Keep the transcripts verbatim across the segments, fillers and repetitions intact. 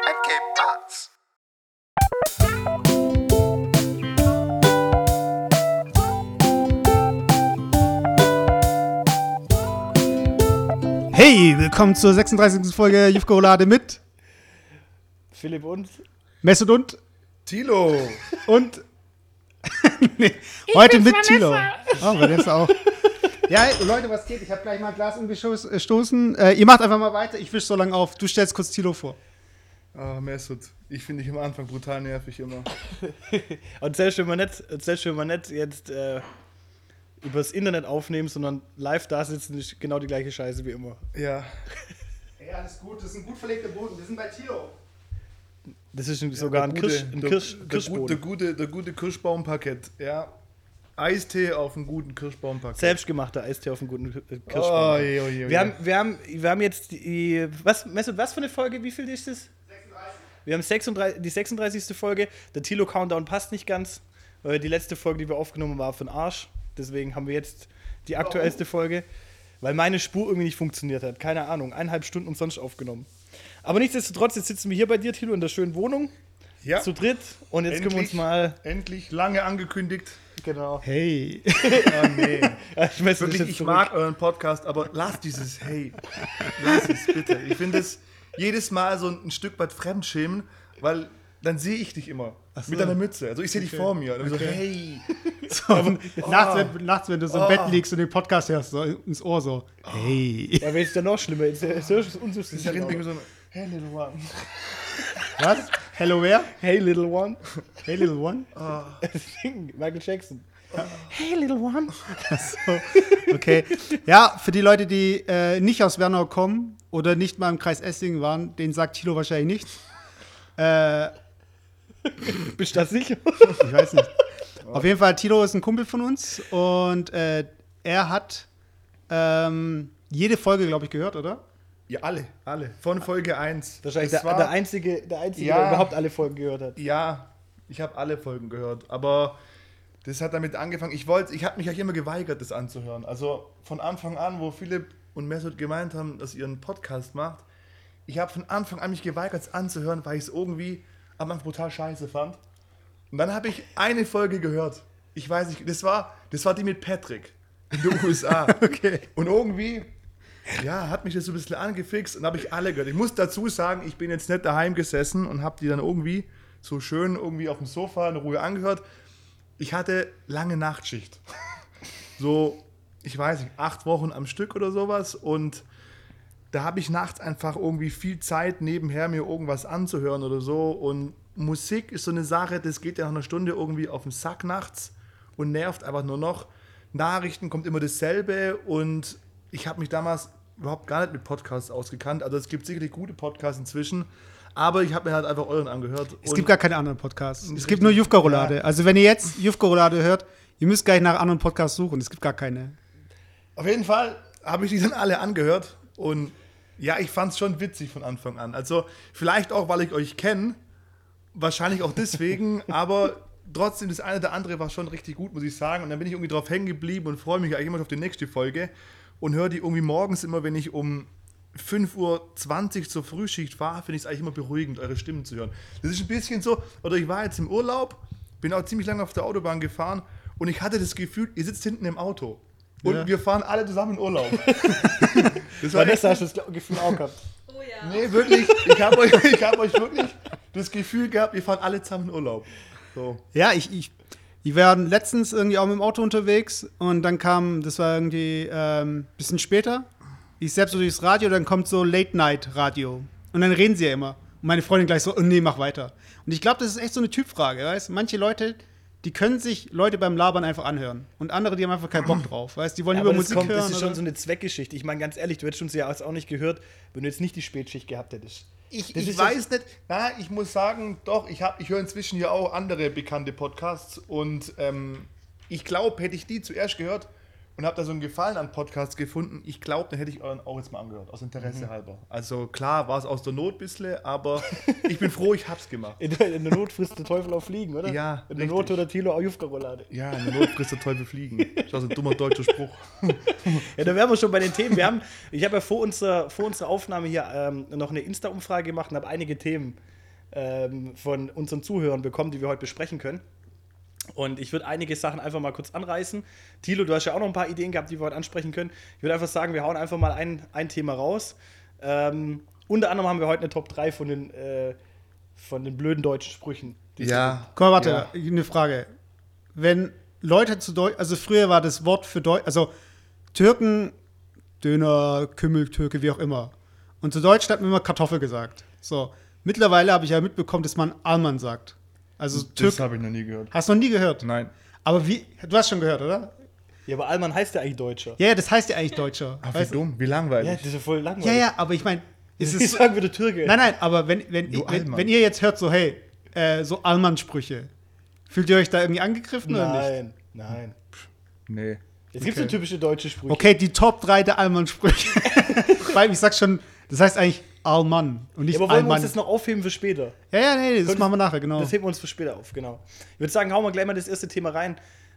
and Cape Parts. Hey, willkommen zur sechsunddreißigsten Folge Jufko-Roulade mit Philipp und Mesut und Thilo. und nee, heute mit Thilo. Oh, Vanessa auch. Ja, Leute, was geht? Ich habe gleich mal ein Glas umgestoßen. Äh, ihr macht einfach mal weiter. Ich wisch so lange auf. Du stellst kurz Thilo vor. Ah, Mesut. Ich finde dich am Anfang brutal nervig immer. und selbst wenn wir nicht, selbst wenn wir nicht jetzt äh, übers Internet aufnehmen, sondern live da sitzen, ist genau die gleiche Scheiße wie immer. Ja. Ey, alles gut. Das ist ein gut verlegter Boden. Wir sind bei Thilo. Das ist ein, sogar ein, der Kirsch, gute, ein der, Kirsch, der, Kirschboden. der, gute, der gute Kirschbaumparkett, ja. Eistee auf einem guten Kirschbaumparkett. Selbstgemachter Eistee auf einem guten Kirschbaum. Oh, je, oh, je, oh, wir, haben, wir, haben, wir haben jetzt die. Was, Mesut, was für eine Folge? Wie viel ist das? sechsunddreißig. Wir haben sechsunddreißig, die sechsunddreißigste Folge. Der Thilo-Countdown passt nicht ganz, weil die letzte Folge, die wir aufgenommen haben, war von Arsch. Deswegen haben wir jetzt die aktuellste Folge, weil meine Spur irgendwie nicht funktioniert hat. Keine Ahnung, eineinhalb Stunden umsonst aufgenommen. Aber nichtsdestotrotz, jetzt sitzen wir hier bei dir, Thilo, in der schönen Wohnung. Ja. Zu dritt. Und jetzt endlich, können wir uns mal. Endlich, lange angekündigt. Genau. Hey. Oh, nee. Ich, weiß, Wirklich, ich mag euren Podcast, aber lasst dieses Hey. Lasst es bitte. Ich finde es jedes Mal so ein, ein Stück weit Fremdschämen, weil dann sehe ich dich immer. so. Mit deiner Mütze. Also ich sehe dich Okay. vor mir. Und dann Okay. so, hey. So, nachts, wenn, nachts, wenn du so im Oh. Bett liegst und den Podcast hörst, so ins Ohr so. Hey. Ja, aber jetzt ist ja noch schlimmer. Jetzt ist es unsüchtig. Das erinnert mich so, hey, little one. Was? Hello, wer? Hey, little one. Hey, little one? Michael Jackson. Hey, little one. So, okay. Ja, für die Leute, die äh, nicht aus Wernau kommen oder nicht mal im Kreis Essingen waren, denen sagt Thilo wahrscheinlich nichts. Äh, Bist du da sicher? ich weiß nicht. Auf jeden Fall, Thilo ist ein Kumpel von uns und äh, er hat ähm, jede Folge, glaube ich, gehört, oder? Ja, alle, alle. Von Folge eins. Wahrscheinlich Das der, war- der Einzige, der, Einzige Ja. der überhaupt alle Folgen gehört hat. Ja, ich habe alle Folgen gehört, aber das hat damit angefangen. Ich wollte, ich habe mich eigentlich immer geweigert, das anzuhören. Also von Anfang an, wo Philipp und Mesut gemeint haben, dass ihr einen Podcast macht, ich habe von Anfang an mich geweigert, es anzuhören, weil ich es irgendwie am Anfang brutal scheiße fand. Und dann habe ich eine Folge gehört. Ich weiß nicht, das war, das war die mit Patrick in den U S A. Okay. Und irgendwie, ja, hat mich das so ein bisschen angefixt und habe ich alle gehört. Ich muss dazu sagen, ich bin jetzt nicht daheim gesessen und habe die dann irgendwie so schön irgendwie auf dem Sofa in Ruhe angehört. Ich hatte lange Nachtschicht. So, ich weiß nicht, acht Wochen am Stück oder sowas. Und da habe ich nachts einfach irgendwie viel Zeit nebenher, mir irgendwas anzuhören oder so. Und Musik ist so eine Sache, das geht ja nach einer Stunde irgendwie auf den Sack nachts und nervt einfach nur noch. Nachrichten kommt immer dasselbe und ich habe mich damals überhaupt gar nicht mit Podcasts ausgekannt. Also es gibt sicherlich gute Podcasts inzwischen, aber ich habe mir halt einfach euren angehört. Es und gibt gar keine anderen Podcasts. Es Richtig. gibt nur Jufka-Roulade. Ja. Also wenn ihr jetzt Jufka-Roulade hört, ihr müsst gleich nach anderen Podcasts suchen. Es gibt gar keine. Auf jeden Fall habe ich die dann alle angehört und ja, ich fand es schon witzig von Anfang an. Also vielleicht auch, weil ich euch kenne, wahrscheinlich auch deswegen, aber trotzdem, das eine oder andere war schon richtig gut, muss ich sagen. Und dann bin ich irgendwie drauf hängen geblieben und freue mich eigentlich immer auf die nächste Folge und höre die irgendwie morgens immer, wenn ich um fünf Uhr zwanzig zur Frühschicht fahre, finde ich es eigentlich immer beruhigend, eure Stimmen zu hören. Das ist ein bisschen so, oder ich war jetzt im Urlaub, bin auch ziemlich lange auf der Autobahn gefahren und ich hatte das Gefühl, ihr sitzt hinten im Auto und Ja. wir fahren alle zusammen in Urlaub. Das war echt, Vanessa hast du das Gefühl auch gehabt. Oh ja. nee, wirklich, ich habe euch, ich hab euch wirklich das Gefühl gehabt, wir fahren alle zusammen in Urlaub. So. Ja, ich, ich, ich war letztens irgendwie auch mit dem Auto unterwegs und dann kam, das war irgendwie ein ähm, bisschen später, ich selbst so durchs Radio, dann kommt so Late-Night-Radio und dann reden sie ja immer. Und meine Freundin gleich so, oh nee, mach weiter. Und ich glaube, das ist echt so eine Typfrage, weißt? Manche Leute, die können sich Leute beim Labern einfach anhören und andere, die haben einfach keinen Bock drauf, weißt? Die wollen Ja, lieber aber das, Musik kommt, hören. das ist schon oder? so eine Zweckgeschichte. Ich meine, ganz ehrlich, du hättest uns ja auch nicht gehört, wenn du jetzt nicht die Spätschicht gehabt hättest. Ich, Das ich ist weiß nicht, na, ich muss sagen, doch, ich, hab- ich höre inzwischen ja auch andere bekannte Podcasts und ähm, ich glaube, hätte ich die zuerst gehört und habe da so einen Gefallen an Podcasts gefunden, ich glaube, dann hätte ich euren auch jetzt mal angehört, aus Interesse Mhm. halber. Also klar, war es aus der Not ein bisschen, aber ich bin froh, ich hab's gemacht. In der, in der Not frisst der Teufel auf Fliegen, oder? Ja, In der richtig. Not oder Thilo auf Jufka-Roulade. Ja, in der Not frisst der Teufel fliegen. Das ist auch so ein dummer deutscher Spruch. Ja, da wären wir schon bei den Themen. Wir haben, ich habe ja vor unserer, vor unserer Aufnahme hier ähm, noch eine Insta-Umfrage gemacht und habe einige Themen ähm, von unseren Zuhörern bekommen, die wir heute besprechen können. Und ich würde einige Sachen einfach mal kurz anreißen. Thilo, du hast ja auch noch ein paar Ideen gehabt, die wir heute ansprechen können. Ich würde einfach sagen, wir hauen einfach mal ein, ein Thema raus. Ähm, unter anderem haben wir heute eine Top drei von den, äh, von den blöden deutschen Sprüchen. die es Ja. Guck mal, warte, Ja. eine Frage. Wenn Leute zu Deutsch, also früher war das Wort für Deutsch, also Türken, Döner, Kümmel, Türke, wie auch immer. Und zu Deutsch hat man immer Kartoffel gesagt. So, mittlerweile habe ich ja mitbekommen, dass man Alman sagt. Also Das Türk. habe ich noch nie gehört. Hast du noch nie gehört? Nein. Aber wie, du hast schon gehört, oder? Ja, aber Allmann heißt ja eigentlich Deutscher. Ja, ja, das heißt ja eigentlich Deutscher. Ach, wie Weißt du? dumm, wie Ja, langweilig. das ist ja voll Ja, langweilig. ja, aber ich meine, ist Ich es. sagen würde Türke. Nein, nein, aber wenn, wenn, Du ich, wenn, Allmann. wenn ihr jetzt hört, so, hey, äh, so Allmann-Sprüche, fühlt ihr euch da irgendwie angegriffen oder nicht? Nein, nein. Nee. Es gibt so Okay. typische deutsche Sprüche. Okay, die Top drei der Allmann-Sprüche. Weil ich sag schon, das heißt eigentlich Allmann und nicht Ja, aber wollen wir uns Allmann. das noch aufheben für später? Ja, ja, nee, das Können- machen wir nachher, genau. Das heben wir uns für später auf, genau. Ich würde sagen, hauen wir gleich mal das erste Thema rein.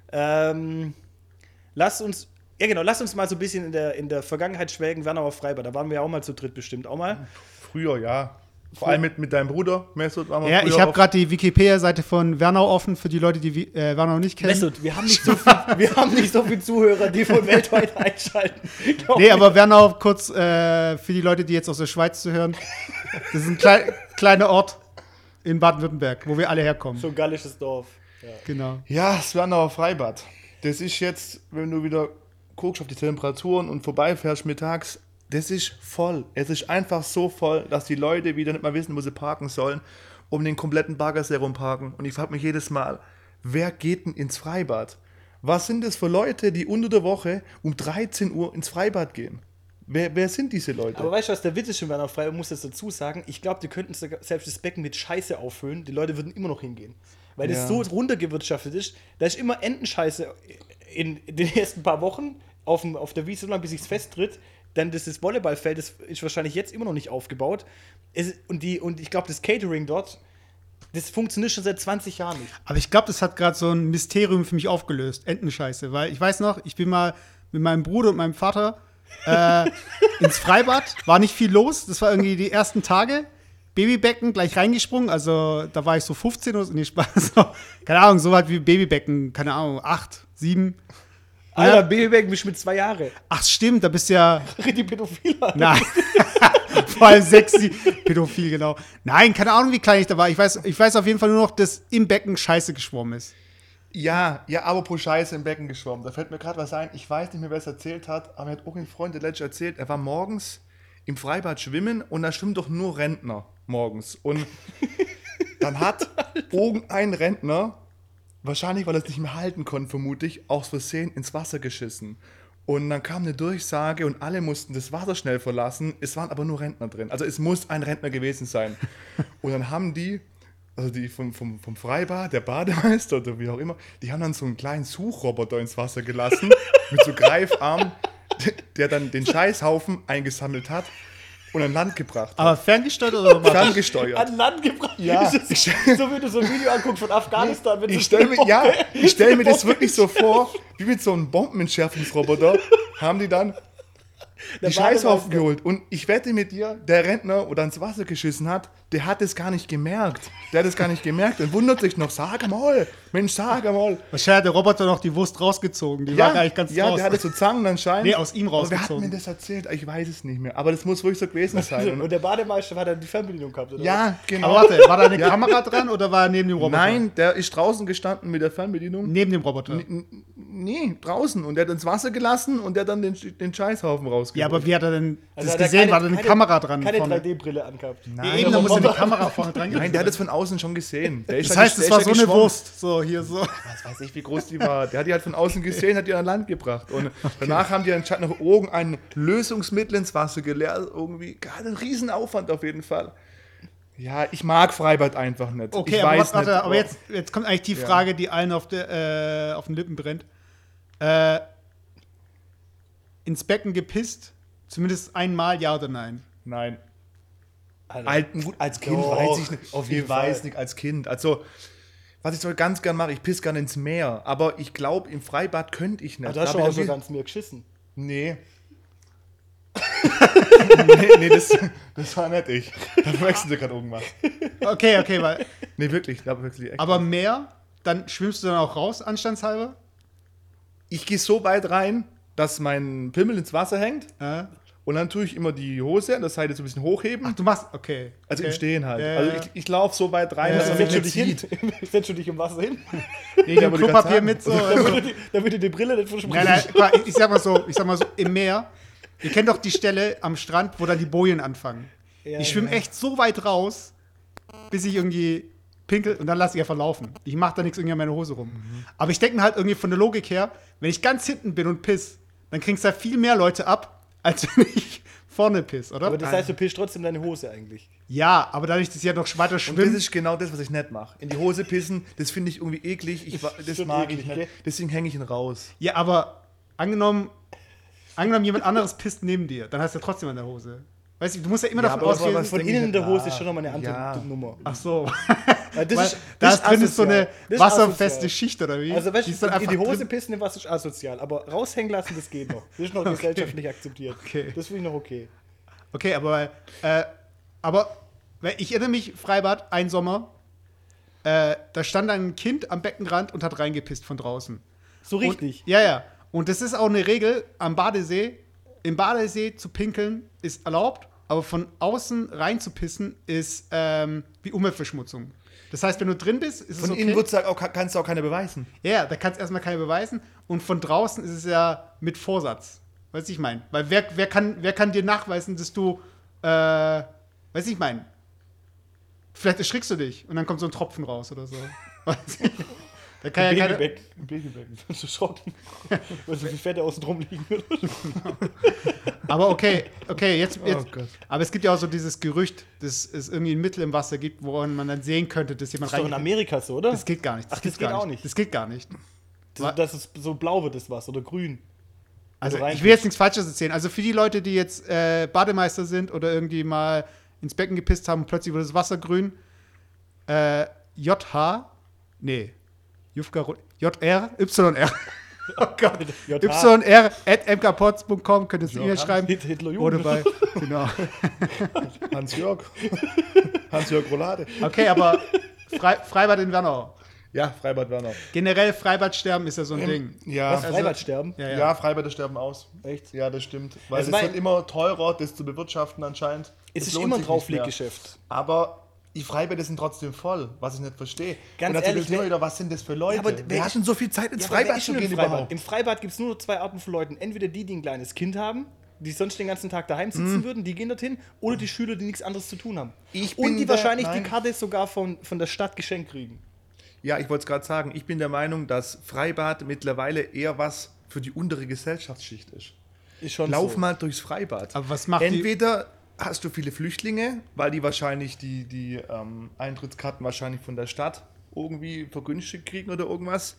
Ähm, lass uns, ja genau, lass uns mal so ein bisschen in der, in der Vergangenheit schwelgen, Wernauer Freibad. Da waren wir ja auch mal zu dritt bestimmt, auch mal. Früher, ja. Vor allem mit, mit deinem Bruder, Mesut, waren wir Ja, früher ich habe oft. gerade die Wikipedia-Seite von Wernau offen, für die Leute, die Wi- äh, Wernau nicht kennen. Mesut, wir haben nicht so viel, wir haben nicht so viele Zuhörer, die von weltweit einschalten. Glaub Nee, mir. aber Wernau, kurz äh, für die Leute, die jetzt aus der Schweiz zu hören, das ist ein klei kleiner Ort in Baden-Württemberg, wo wir alle herkommen. So ein gallisches Dorf. Ja. Genau. Ja, das Wernauer Freibad. Das ist jetzt, wenn du wieder guckst auf die Temperaturen und vorbeifährst mittags, das ist voll. Es ist einfach so voll, dass die Leute wieder nicht mal wissen, wo sie parken sollen, um den kompletten Baggersee rumparken. Und ich frage mich jedes Mal, wer geht denn ins Freibad? Was sind das für Leute, die unter der Woche um dreizehn Uhr ins Freibad gehen? Wer, wer sind diese Leute? Aber weißt du, was der Witz ist schon Wernauer Freibad? Ich muss das dazu sagen. Ich glaube, die könnten sogar selbst das Becken mit Scheiße auffüllen. Die Leute würden immer noch hingehen. Weil das Ja. so runtergewirtschaftet ist. Da ist immer Entenscheiße in den ersten paar Wochen auf, dem, auf der Wiese, so lange bis sich's festtritt. Dann das, das Volleyballfeld, das ist wahrscheinlich jetzt immer noch nicht aufgebaut. Es, und, die, und ich glaube, das Catering dort, das funktioniert schon seit zwanzig Jahren nicht. Aber ich glaube, das hat gerade so ein Mysterium für mich aufgelöst. Entenscheiße. Weil ich weiß noch, ich bin mal mit meinem Bruder und meinem Vater äh, ins Freibad. War nicht viel los. Das war irgendwie die ersten Tage. Babybecken gleich reingesprungen. Also da war ich so fünfzehn oder so. Nee, Spaß. So, keine Ahnung, so weit wie Babybecken. Keine Ahnung, acht, sieben. Alter, Ja. Babybecken bist mit zwei Jahre. Ach, stimmt, da bist du ja. Richtig pädophil. Alter. Nein. Vor allem sexy. Pädophil, genau. Nein, keine Ahnung, wie klein ich da war. Ich weiß, ich weiß auf jeden Fall nur noch, dass im Becken Scheiße geschwommen ist. Ja, ja, aber pro Scheiße im Becken geschwommen. Da fällt mir gerade was ein. Ich weiß nicht mehr, wer es erzählt hat, aber mir hat auch ein Freund der letzte erzählt, er war morgens im Freibad schwimmen und da schwimmen doch nur Rentner morgens. Und dann hat irgendein Rentner, wahrscheinlich weil er es nicht mehr halten konnte, vermute ich, aus Versehen ins Wasser geschissen. Und dann kam eine Durchsage und alle mussten das Wasser schnell verlassen. Es waren aber nur Rentner drin. Also es muss ein Rentner gewesen sein. Und dann haben die, also die vom, vom, vom Freibad, der Bademeister oder wie auch immer, die haben dann so einen kleinen Suchroboter ins Wasser gelassen, mit so Greifarm, der dann den Scheißhaufen eingesammelt hat und an Land gebracht hat. Aber ferngesteuert oder normal? Ferngesteuert. An Land gebracht. Ja. Das ist so wie du so ein Video anguckst von Afghanistan. Wenn Ich so stelle eine mir, ja, Bombe- ich stell mir das wirklich so vor, wie mit so einem Bombenentschärfungsroboter haben die dann Der die Scheißhaufen Bademeister. geholt. Und ich wette mit dir, der Rentner, oder ins Wasser geschissen hat, der hat es gar nicht gemerkt. Der hat es gar nicht gemerkt und wundert sich noch, sag mal, Mensch, sag mal. Wahrscheinlich hat der Roboter noch die Wurst rausgezogen. Die war gar nicht ganz ja, raus. der hatte so Zangen anscheinend. Nee, aus ihm Aber wer hat rausgezogen. mir das erzählt? Ich weiß es nicht mehr. Aber das muss wirklich so gewesen sein. Und Und der Bademeister hat dann die Fernbedienung gehabt, oder? ja, genau. Aber warte, war da eine Kamera dran oder war er neben dem Roboter? Nein, der ist draußen gestanden mit der Fernbedienung. Neben dem Roboter. N- Nee, draußen. Und der hat ins Wasser gelassen und der hat dann den, den Scheißhaufen rausgeholt. Ja, aber wie hat er denn Also das hat er gesehen? keine- war da eine keine- Kamera dran Keine vorne? drei D-Brille angehabt. Nein, Eben, da muss eine Roboter. Kamera vorne dran Nein, der hat es von außen schon gesehen. Der ist Das ja heißt, nicht- es der war ist so ja eine geschwommen. Wurst. So, hier so. Was weiß ich, wie groß die war. Der hat die halt von außen gesehen, hat die an Land gebracht. Und danach haben die anscheinend noch irgendein Lösungsmittel ins Wasser geleert. Irgendwie, gerade ein Riesenaufwand auf jeden Fall. Ja, ich mag Freibad einfach nicht. Okay, ich aber, weiß warte, nicht. aber jetzt, jetzt kommt eigentlich die Ja. Frage, die allen auf, der, äh, auf den Lippen brennt. Äh, ins Becken gepisst? Zumindest einmal, ja oder nein? Nein. Alter. Alt, gut, als Kind Doch, weiß ich nicht. auf ich jeden weiß Fall. nicht, als Kind. Also, was ich so ganz gern mache, ich piss gerne ins Meer. Aber ich glaube, im Freibad könnte ich nicht. Aber du hast Da schon hab auch ich so irgendwie- ganz mir geschissen. Nee. nee, nee das, das war nicht ich. Da verwechseln sie gerade irgendwas. Okay, okay, weil. Nee, wirklich. Da wirklich echt. Aber mehr, dann schwimmst du dann auch raus, anstandshalber? Ich gehe so weit rein, dass mein Pimmel ins Wasser hängt. Äh? Und dann tue ich immer die Hose an der Seite so ein bisschen hochheben. Ach, du machst. Okay. Also okay. im Stehen halt. Ja, also ja. ich, ich laufe so weit rein, Ja, dass ja, man ja. mich Setzt du dich nicht hin? sieht. Setzt du dich im Wasser hin? Nee, Ja, du wollte ich Klopapier grad mit so. sagen. Also, Damit die, damit die die Brille nicht verschmutzen. nein, nein, ich, ich sag mal so, ich sag mal so, im Meer, ihr kennt doch die Stelle am Strand, wo dann die Bojen anfangen. Ja, ich schwimme ja. echt so weit raus, bis ich irgendwie pinkel und dann lasse ich einfach laufen. Ich mache da nichts irgendwie an meine Hose rum. Mhm. Aber ich denke mir halt irgendwie von der Logik her, wenn ich ganz hinten bin und piss, dann kriegst du da viel mehr Leute ab, als wenn ich vorne piss, oder? Aber das heißt, du pischst trotzdem deine Hose eigentlich. Ja, aber dadurch, dass ich ja noch weiter Und das schwimme. ist genau das, was ich nicht mache. In die Hose pissen, das finde ich irgendwie eklig. Ich, wa- das schon mag eklig, ich ne? nicht. Deswegen hänge ich ihn raus. Ja, aber angenommen, angenommen, jemand anderes pisst neben dir, dann hast du ja trotzdem an der Hose. Weißt du, du musst ja immer Ja, davon aber ausgehen. was Von denke innen ich in der nicht, Hose ah, ist schon nochmal eine andere ja. Nummer. Ach so. Weil das Weil ist, da das ist drin ist so eine asozial. Das ist wasserfeste asozial. Schicht, oder wie? Also, weißt Die ist du, dann in die einfach Hose drin. pissen, was ist asozial. Aber raushängen lassen, das geht noch. Das ist noch gesellschaftlich akzeptiert. Okay. Das finde ich noch okay. Okay, aber, äh, aber weil ich erinnere mich, Freibad, ein Sommer, äh, da stand ein Kind am Beckenrand und hat reingepisst von draußen. So richtig. Und, ja, ja. Und das ist auch eine Regel am Badesee. Im Badesee zu pinkeln ist erlaubt, aber von außen rein zu pissen ist ähm, wie Umweltverschmutzung. Das heißt, wenn du drin bist, ist es Von okay. innen wird's auch, kannst du auch keine beweisen. Ja, da kannst du erstmal keine beweisen. Und von draußen ist es ja mit Vorsatz. Weißt du, ich meine? Weil wer, wer, kann, wer kann dir nachweisen, dass du, äh, weißt du, ich meine? Vielleicht erschrickst du dich und dann kommt so ein Tropfen raus oder so. Weiß ich. Da kann ja keine, Babybeck. Ein Babybeck. Das ist erschrocken. Weil so viel Fette außen drum liegen. aber okay, okay, jetzt, jetzt Oh Gott. aber es gibt ja auch so dieses Gerücht, dass es irgendwie ein Mittel im Wasser gibt, woran man dann sehen könnte, dass jemand Das ist doch in Amerika so, oder? Das geht gar nicht. Ach, das gibt's geht gar auch nicht. Das geht gar nicht. Das, dass es so blau wird, das was, oder grün. Also rein- ich will jetzt nichts Falsches erzählen. Also für die Leute, die jetzt äh, Bademeister sind oder irgendwie mal ins Becken gepisst haben und plötzlich wurde das Wasser grün, äh, J H, nee, Jufka, Ro- J R, Y R, oh Gott, J H. Y R at m k pods punkt com, könnt ihr eine E-Mail schreiben. Hit- Hitler Oder Jugend. bei, genau. Hans-Jörg. Hans-Jörg Roulade. Okay, aber Frei, Freibad in Wernau. Ja, Freibad Wernau. Generell Freibadsterben ist ja so ein Ding. Ja, Was, also- Freibadsterben? Ja, ja. ja. Freibäder sterben aus. Echt? Ja, das stimmt. Weil Also es mein- wird immer teurer, das zu bewirtschaften anscheinend. Es Das ist lohnt immer ein sich nicht mehr. Draufleggeschäft. Aber die Freibäder sind trotzdem voll, was ich nicht verstehe. Ganz Und dazu ehrlich, gibt's immer wer- wieder, was sind das für Leute? Ja, aber Wer wer hat ist- denn so viel Zeit ins Ja, aber wer Freibad ist zu schon gehen im Freibad? überhaupt? Im Freibad gibt es nur zwei Arten von Leuten. Entweder die, die ein kleines Kind haben, die sonst den ganzen Tag daheim sitzen würden, die gehen dorthin, oder die Schüler, die nichts anderes zu tun haben. Ich Und bin die der- wahrscheinlich nein. die Karte sogar von, von der Stadt geschenkt kriegen. Ja, ich wollte es gerade sagen. Ich bin der Meinung, dass Freibad mittlerweile eher was für die untere Gesellschaftsschicht ist. Ist schon Lauf so. mal durchs Freibad. Aber was macht die- Entweder hast du viele Flüchtlinge, weil die wahrscheinlich die, die ähm, Eintrittskarten wahrscheinlich von der Stadt irgendwie vergünstigt kriegen oder irgendwas.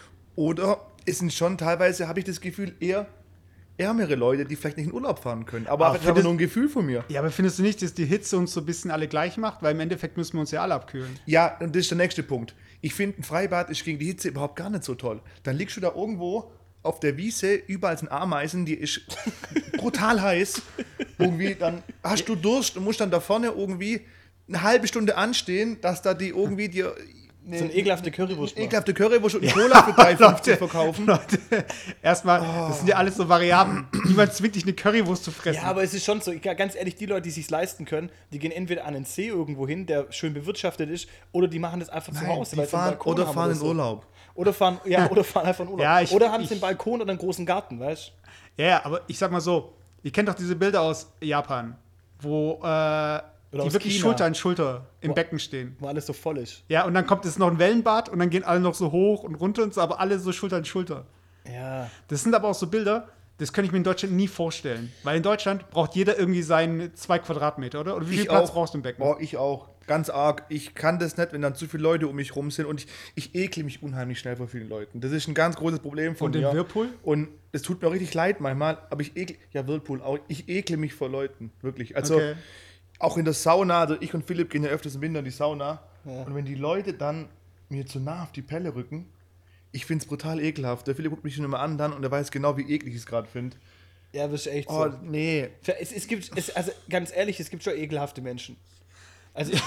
Oder es sind schon teilweise, habe ich das Gefühl, eher ärmere Leute, die vielleicht nicht in Urlaub fahren können. Aber Aber das ist aber findest- nur ein Gefühl von mir. Ja, aber findest du nicht, dass die Hitze uns so ein bisschen alle gleich macht? Weil im Endeffekt müssen wir uns ja alle abkühlen. Ja, und das ist der nächste Punkt. Ich finde, ein Freibad ist gegen die Hitze überhaupt gar nicht so toll. Dann liegst du da irgendwo auf der Wiese, überall sind Ameisen, die ist brutal heiß. Irgendwie, dann hast du Durst und musst dann da vorne irgendwie eine halbe Stunde anstehen, dass da die irgendwie dir eine, So eine ekelhafte Currywurst. eine ekelhafte Currywurst und eine Cola für drei fünfzig verkaufen. Leute, erstmal, das sind ja alles so Variablen. Niemand zwingt dich, eine Currywurst zu fressen. Ja, aber es ist schon so, ich, ganz ehrlich, die Leute, die es sich leisten können, die gehen entweder an einen See irgendwo hin, der schön bewirtschaftet ist, oder die machen das einfach zu Nein, Hause. die weil sie einen fahren, Balkon oder haben fahren in so. Urlaub. Oder fahren, ja, oder fahren einfach in Urlaub. Ja, ich- oder haben ich- sie einen Balkon oder einen großen Garten, weißt Ja, ja, aber ich sag mal so, ihr kennt doch diese Bilder aus Japan, wo äh, die aus wirklich China. Schulter an Schulter im Wo- Becken stehen. wo alles so voll ist. Ja, und dann kommt es noch ein Wellenbad und dann gehen alle noch so hoch und runter und so, aber alle so Schulter an Schulter. Ja. Das sind aber auch so Bilder, das könnte ich mir in Deutschland nie vorstellen. Weil in Deutschland braucht jeder irgendwie seinen zwei Quadratmeter, oder? Oder wie viel Ich Platz auch. brauchst du im Becken? Oh, ich auch. Ganz arg. Ich kann das nicht, wenn dann zu viele Leute um mich rum sind und ich, ich ekle mich unheimlich schnell vor vielen Leuten. Das ist ein ganz großes Problem von Und mir. im Whirlpool? Und es tut mir auch richtig leid manchmal, aber ich ekle, ja Whirlpool auch, ich ekle mich vor Leuten, wirklich. Also Okay. auch in der Sauna, also ich und Philipp gehen ja öfters im Winter in die Sauna und wenn die Leute dann mir zu nah auf die Pelle rücken, ich finde es brutal ekelhaft. Der Philipp guckt mich schon immer an dann und er weiß genau, wie eklig ich es gerade finde. Ja, das ist echt Oh, so. nee. Es, es gibt, es, also ganz ehrlich, es gibt schon ekelhafte Menschen. Also ich,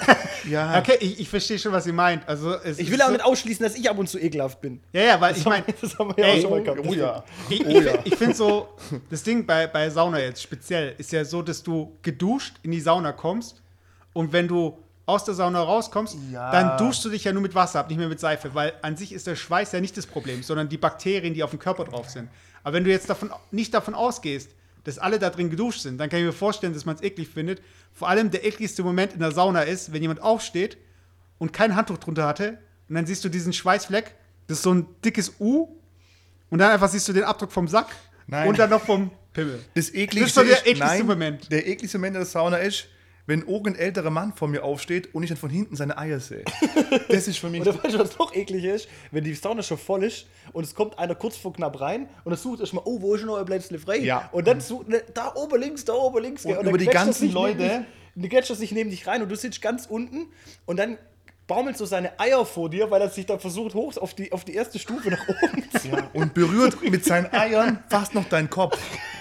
Ja. Okay, ich, ich verstehe schon, was sie meint. Also, es ich ist will auch so, nicht ausschließen, dass ich ab und zu ekelhaft bin. Ja, ja, weil Das ich haben- meine, das haben wir ja auch ey, schon mal gehabt. Oh ja. ich, Oh ich, ja. ich finde so, das Ding bei, bei Sauna jetzt speziell ist ja so, dass du geduscht in die Sauna kommst und wenn du aus der Sauna rauskommst, Ja. dann duschst du dich ja nur mit Wasser ab, nicht mehr mit Seife, weil an sich ist der Schweiß ja nicht das Problem, sondern die Bakterien, die auf dem Körper drauf sind. Aber wenn du jetzt davon, nicht davon ausgehst, dass alle da drin geduscht sind, dann kann ich mir vorstellen, dass man es eklig findet. Vor allem der ekligste Moment in der Sauna ist, wenn jemand aufsteht und kein Handtuch drunter hatte und dann siehst du diesen Schweißfleck, das ist so ein dickes U und dann einfach siehst du den Abdruck vom Sack Nein. und dann noch vom Pimmel. Das ekligste Das ist doch der ist, ekligste nein, Moment. Der ekligste Moment in der Sauna ist, wenn irgendein älterer Mann vor mir aufsteht und ich dann von hinten seine Eier sehe. Das ist für mich... Oder weißt du, was noch eklig ist? Wenn die Sauna schon voll ist und es kommt einer kurz vor knapp rein und er sucht erstmal, oh, wo ist noch ein Plätzchen frei? Ja. Und dann sucht, ne, da oben links, da oben links. Und dann über die quetscht er ganzen sich Leute- Neben dich, dann quetscht er sich neben dich rein und du sitzt ganz unten und dann baumelt so seine Eier vor dir, weil er sich dann versucht, hoch auf die, auf die erste Stufe nach oben zu Ja, und berührt mit seinen Eiern fast noch deinen Kopf.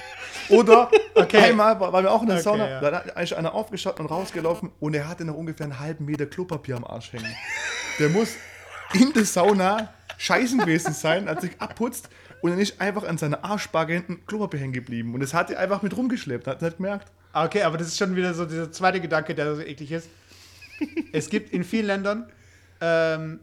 Oder Okay. einmal war, waren wir auch in der Okay, Sauna, ja. da hat eigentlich einer aufgeschaut und rausgelaufen und er hatte noch ungefähr einen halben Meter Klopapier am Arsch hängen. Der muss in der Sauna scheißen gewesen sein, als sich abputzt und dann ist einfach an seiner Arschbacke hinten Klopapier hängen geblieben. Und das hat er einfach mit rumgeschleppt, hat er nicht gemerkt. Okay, aber das ist schon wieder so dieser zweite Gedanke, der so eklig ist. Es gibt in vielen Ländern, ähm,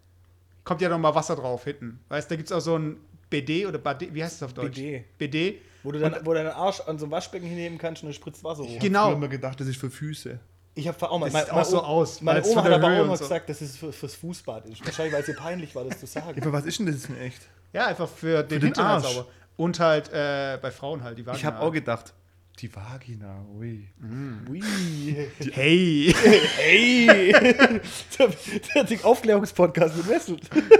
kommt ja noch mal Wasser drauf hinten. Weißt du, da gibt es auch so ein B D oder Bade, wie heißt das auf Deutsch? B D. B D. Wo du, dann, wo du deinen Arsch an so ein Waschbecken hinnehmen kannst und dann spritzt Wasser hoch. Ich Genau. habe mir gedacht, das ist für Füße. Ich habe auch mal. Das sieht auch so aus, Meine weil es Oma von hat der aber Höhe auch mal und so. gesagt, dass es für, fürs Fußbad ist. Wahrscheinlich, weil es ihr peinlich war, das zu sagen. Ja, aber was ist denn das in echt? Ja, einfach für den, den Hintern halt Arsch. sauber. Und halt äh, bei Frauen halt die Vagina. Ich habe auch gedacht, die Vagina, ui. Ui. Hey! Hey! der, der Aufklärungspodcast mit Wessel.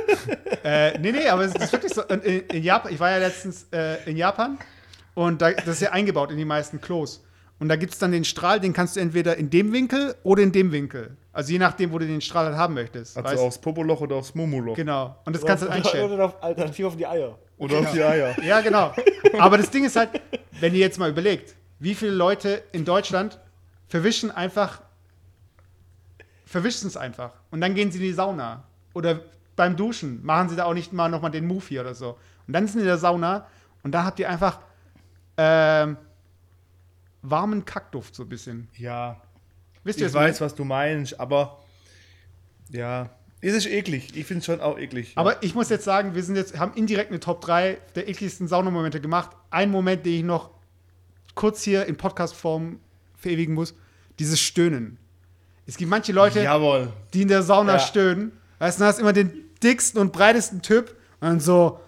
äh, nee, nee, aber es ist wirklich so. Und in, in Japan, ich war ja letztens äh, in Japan und da, das ist ja eingebaut in die meisten Klos. Und da gibt es dann den Strahl, den kannst du entweder in dem Winkel oder in dem Winkel. Also je nachdem, wo du den Strahl halt haben möchtest. Also weißt? aufs Popoloch oder aufs Mumoloch. Genau. Und das kannst du halt einstellen. Oder auf, alternativ auf die Eier. Oder auf die Eier. Ja, genau. Aber das Ding ist halt, wenn ihr jetzt mal überlegt, wie viele Leute in Deutschland verwischen einfach, verwischen es einfach. Und dann gehen sie in die Sauna. Oder beim Duschen machen sie da auch nicht mal nochmal den Move hier oder so. Und dann sind sie in der Sauna und da habt ihr einfach ähm, warmen Kackduft so ein bisschen. Ja, Wisst ihr, ich was weiß, was du meinst, aber ja, es ist eklig. Ich finde es schon auch eklig. Ja. Aber ich muss jetzt sagen, wir sind jetzt, haben indirekt eine Top drei der ekligsten Saunamomente gemacht. Ein Moment, den ich noch kurz hier in Podcast-Form verewigen muss, dieses Stöhnen. Es gibt manche Leute, Jawohl. die in der Sauna Ja. stöhnen. Weißt du, dann hast du immer den dicksten und breitesten Typ und dann so,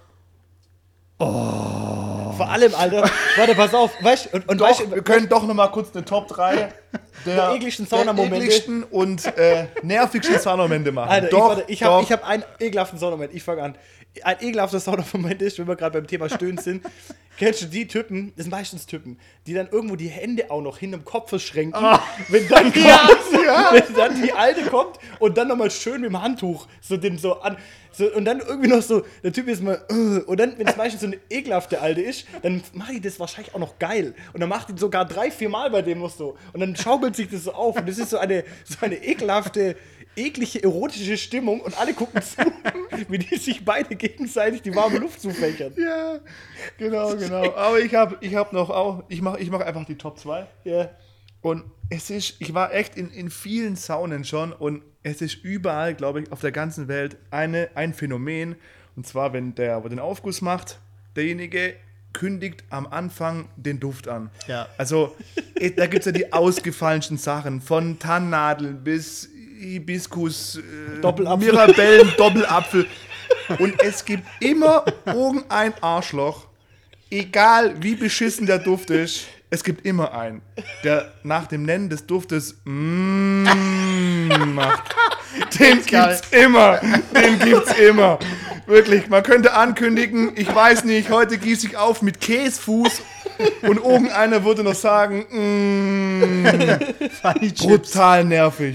Vor allem, Alter. Warte, pass auf. Weißt, und, und Doch, weißt, wir können doch noch mal kurz eine Top drei der, Der ekligsten Saunamomente. der ekligsten und äh, nervigsten Saunamomente machen. Alter, doch, ich, warte, ich habe doch. ich hab einen ekelhaften Saunamoment. Ich fange an. Ein ekelhafter Saunamoment ist, wenn wir gerade beim Thema Stöhnen sind. Kennst du die Typen, das sind meistens Typen, die dann irgendwo die Hände auch noch hinterm Kopf verschränken, wenn, dann kommt, wenn dann die Alte kommt und dann nochmal schön mit dem Handtuch so den so an. So, und dann irgendwie noch so, der Typ ist mal, uh, und dann, wenn es meistens so eine ekelhafte Alte ist, dann macht die das wahrscheinlich auch noch geil. Und dann macht die sogar drei, vier Mal bei dem noch so. Und dann schaukelt sich das so auf. Und das ist so eine, so eine ekelhafte, eklige, erotische Stimmung. Und alle gucken zu, wie die sich beide gegenseitig die warme Luft zufächern. Ja, genau, genau. Aber ich habe ich hab noch auch, ich mache ich mach einfach die Top zwei. Ja. Und es ist, ich war echt in, in vielen Saunen schon und es ist überall, glaube ich, auf der ganzen Welt eine, ein Phänomen. Und zwar, wenn der wo den Aufguss macht, derjenige kündigt am Anfang den Duft an. Ja. Also, eh, da gibt es ja die ausgefallensten Sachen, von Tannennadeln bis Hibiskus, äh, Doppelapfel. Mirabellen, Doppelapfel. Und es gibt immer irgendein Arschloch, egal wie beschissen der Duft ist, es gibt immer einen, der nach dem Nennen des Duftes mm macht. Den gibt's immer. Den gibt's immer. Wirklich, man könnte ankündigen, ich weiß nicht, heute gieße ich auf mit Käsefuß und irgendeiner würde noch sagen, mm, Funny Chips. brutal nervig.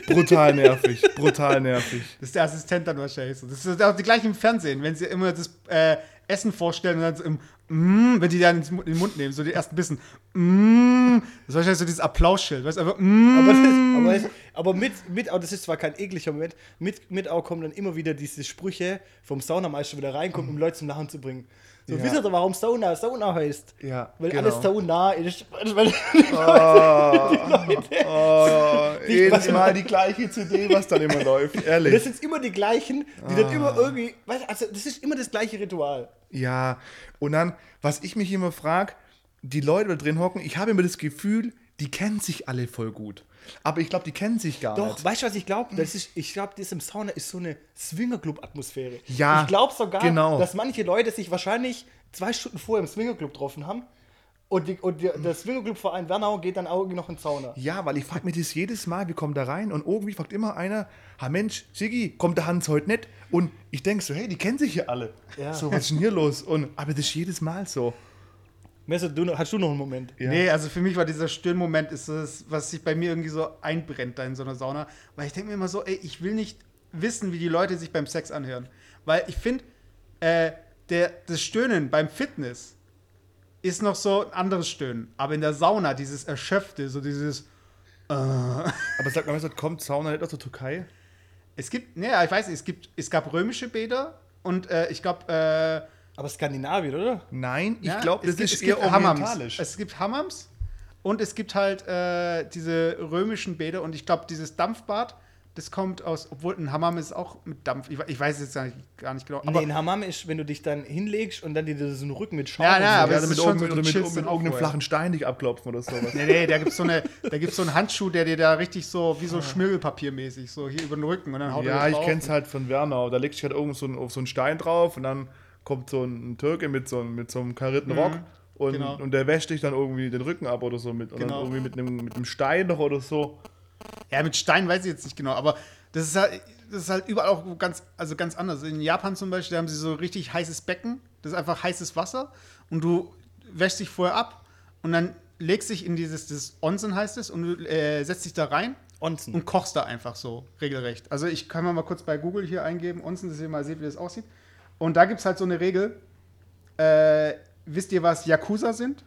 brutal nervig, brutal nervig. Das ist der Assistent dann wahrscheinlich so. Das ist auch die gleiche im Fernsehen, wenn sie immer das äh, Essen vorstellen und dann so im mm, wenn die dann in den Mund nehmen, so die ersten Bissen. Mm, das ist wahrscheinlich so dieses Applausschild. Weißt du, einfach mm. Aber, das, aber, das, aber mit, mit, auch das ist zwar kein ekliger Moment, mit, mit auch kommen dann immer wieder diese Sprüche vom Saunameister wieder reinkommen, um Leute zum Lachen zu bringen. So, Ja. wisst ihr, warum Sauna Sauna heißt? Ja, Weil genau. alles Sauna ist. Weil Oh, oh, Die- jedes Mal die gleiche C D, was dann immer läuft, das ehrlich. sind immer die gleichen, die Ah. dann immer irgendwie. Weißt, du, also, das ist immer das gleiche Ritual. Ja, und dann, was ich mich immer frage, die Leute da drin hocken, ich habe immer das Gefühl, die kennen sich alle voll gut. Aber ich glaube, die kennen sich gar Doch, nicht. weißt du, was ich glaube? Ich glaube, das im Sauna ist so eine Swingerclub-Atmosphäre. Ja, ich glaube sogar, genau. dass manche Leute sich wahrscheinlich zwei Stunden vorher im Swingerclub getroffen haben und, die, und die, der Swingerclub-Verein Wernau geht dann auch irgendwie noch in die Sauna. Ja, weil ich frage mich das jedes Mal, wir kommen da rein und irgendwie fragt immer einer, ha Mensch, Siggi, kommt der Hans heute nicht? Und ich denke so, hey, die kennen sich hier alle. Ja. So, was ist denn hier los? Und, aber das ist jedes Mal so. Messer, du, noch- hast du noch einen Moment? Ja. Nee, also für mich war dieser Stöhnmoment ist das, was sich bei mir irgendwie so einbrennt da in so einer Sauna. Weil ich denke mir immer so, ey, ich will nicht wissen, wie die Leute sich beim Sex anhören. Weil ich finde, äh, der, das Stöhnen beim Fitness ist noch so ein anderes Stöhnen. Aber in der Sauna, dieses Erschöpfte, so dieses äh, Aber sag mal, kommt Sauna nicht aus der Türkei? Es gibt, nee, ich weiß nicht, es gibt, es gab römische Bäder und äh, ich glaube, äh, Aber Skandinavien, oder? Nein, ich ja, glaube, es das gibt- ist es gibt eher Hammams. orientalisch. Es gibt Hammams und es gibt halt äh, diese römischen Bäder und ich glaube, dieses Dampfbad, das kommt aus, obwohl ein Hammam ist auch mit Dampf. Ich, we- ich weiß jetzt gar nicht, gar nicht genau. Nee, ein Hammam ist, wenn du dich dann hinlegst und dann dir so einen Rücken mit Schaum Ja, und ja, so. aber ja, es ist mit, schon irgendeinem- so, oder du mit, chillst mit dann auch irgendeinem vorher. flachen Stein dich abklopfen oder sowas. Nee, nee, da gibt's so eine, da gibt's so einen Handschuh, der dir da richtig so, wie so Schmirgelpapiermäßig, so hier über den Rücken und dann haut Ja, er ich drauf. kenn's halt von Wernau. Da legst du halt irgend so einen, auf so einen Stein drauf und dann kommt so ein Türke mit so, einem- mit so einem karierten Rock und, genau. und der wäscht dich dann irgendwie den Rücken ab oder so mit. Und Genau. dann irgendwie mit einem, mit einem Stein noch oder so. Ja, mit Stein weiß ich jetzt nicht genau, aber das ist halt, das ist halt überall auch ganz, also ganz anders. In Japan zum Beispiel, da haben sie so richtig heißes Becken, das ist einfach heißes Wasser und du wäschst dich vorher ab und dann legst dich in dieses, das Onsen heißt es, und du äh, setzt dich da rein Onsen. und kochst da einfach so regelrecht. Also ich kann mal kurz bei Google hier eingeben, Onsen, dass ihr mal seht, wie das aussieht. Und da gibt es halt so eine Regel. Äh, wisst ihr, was Yakuza sind?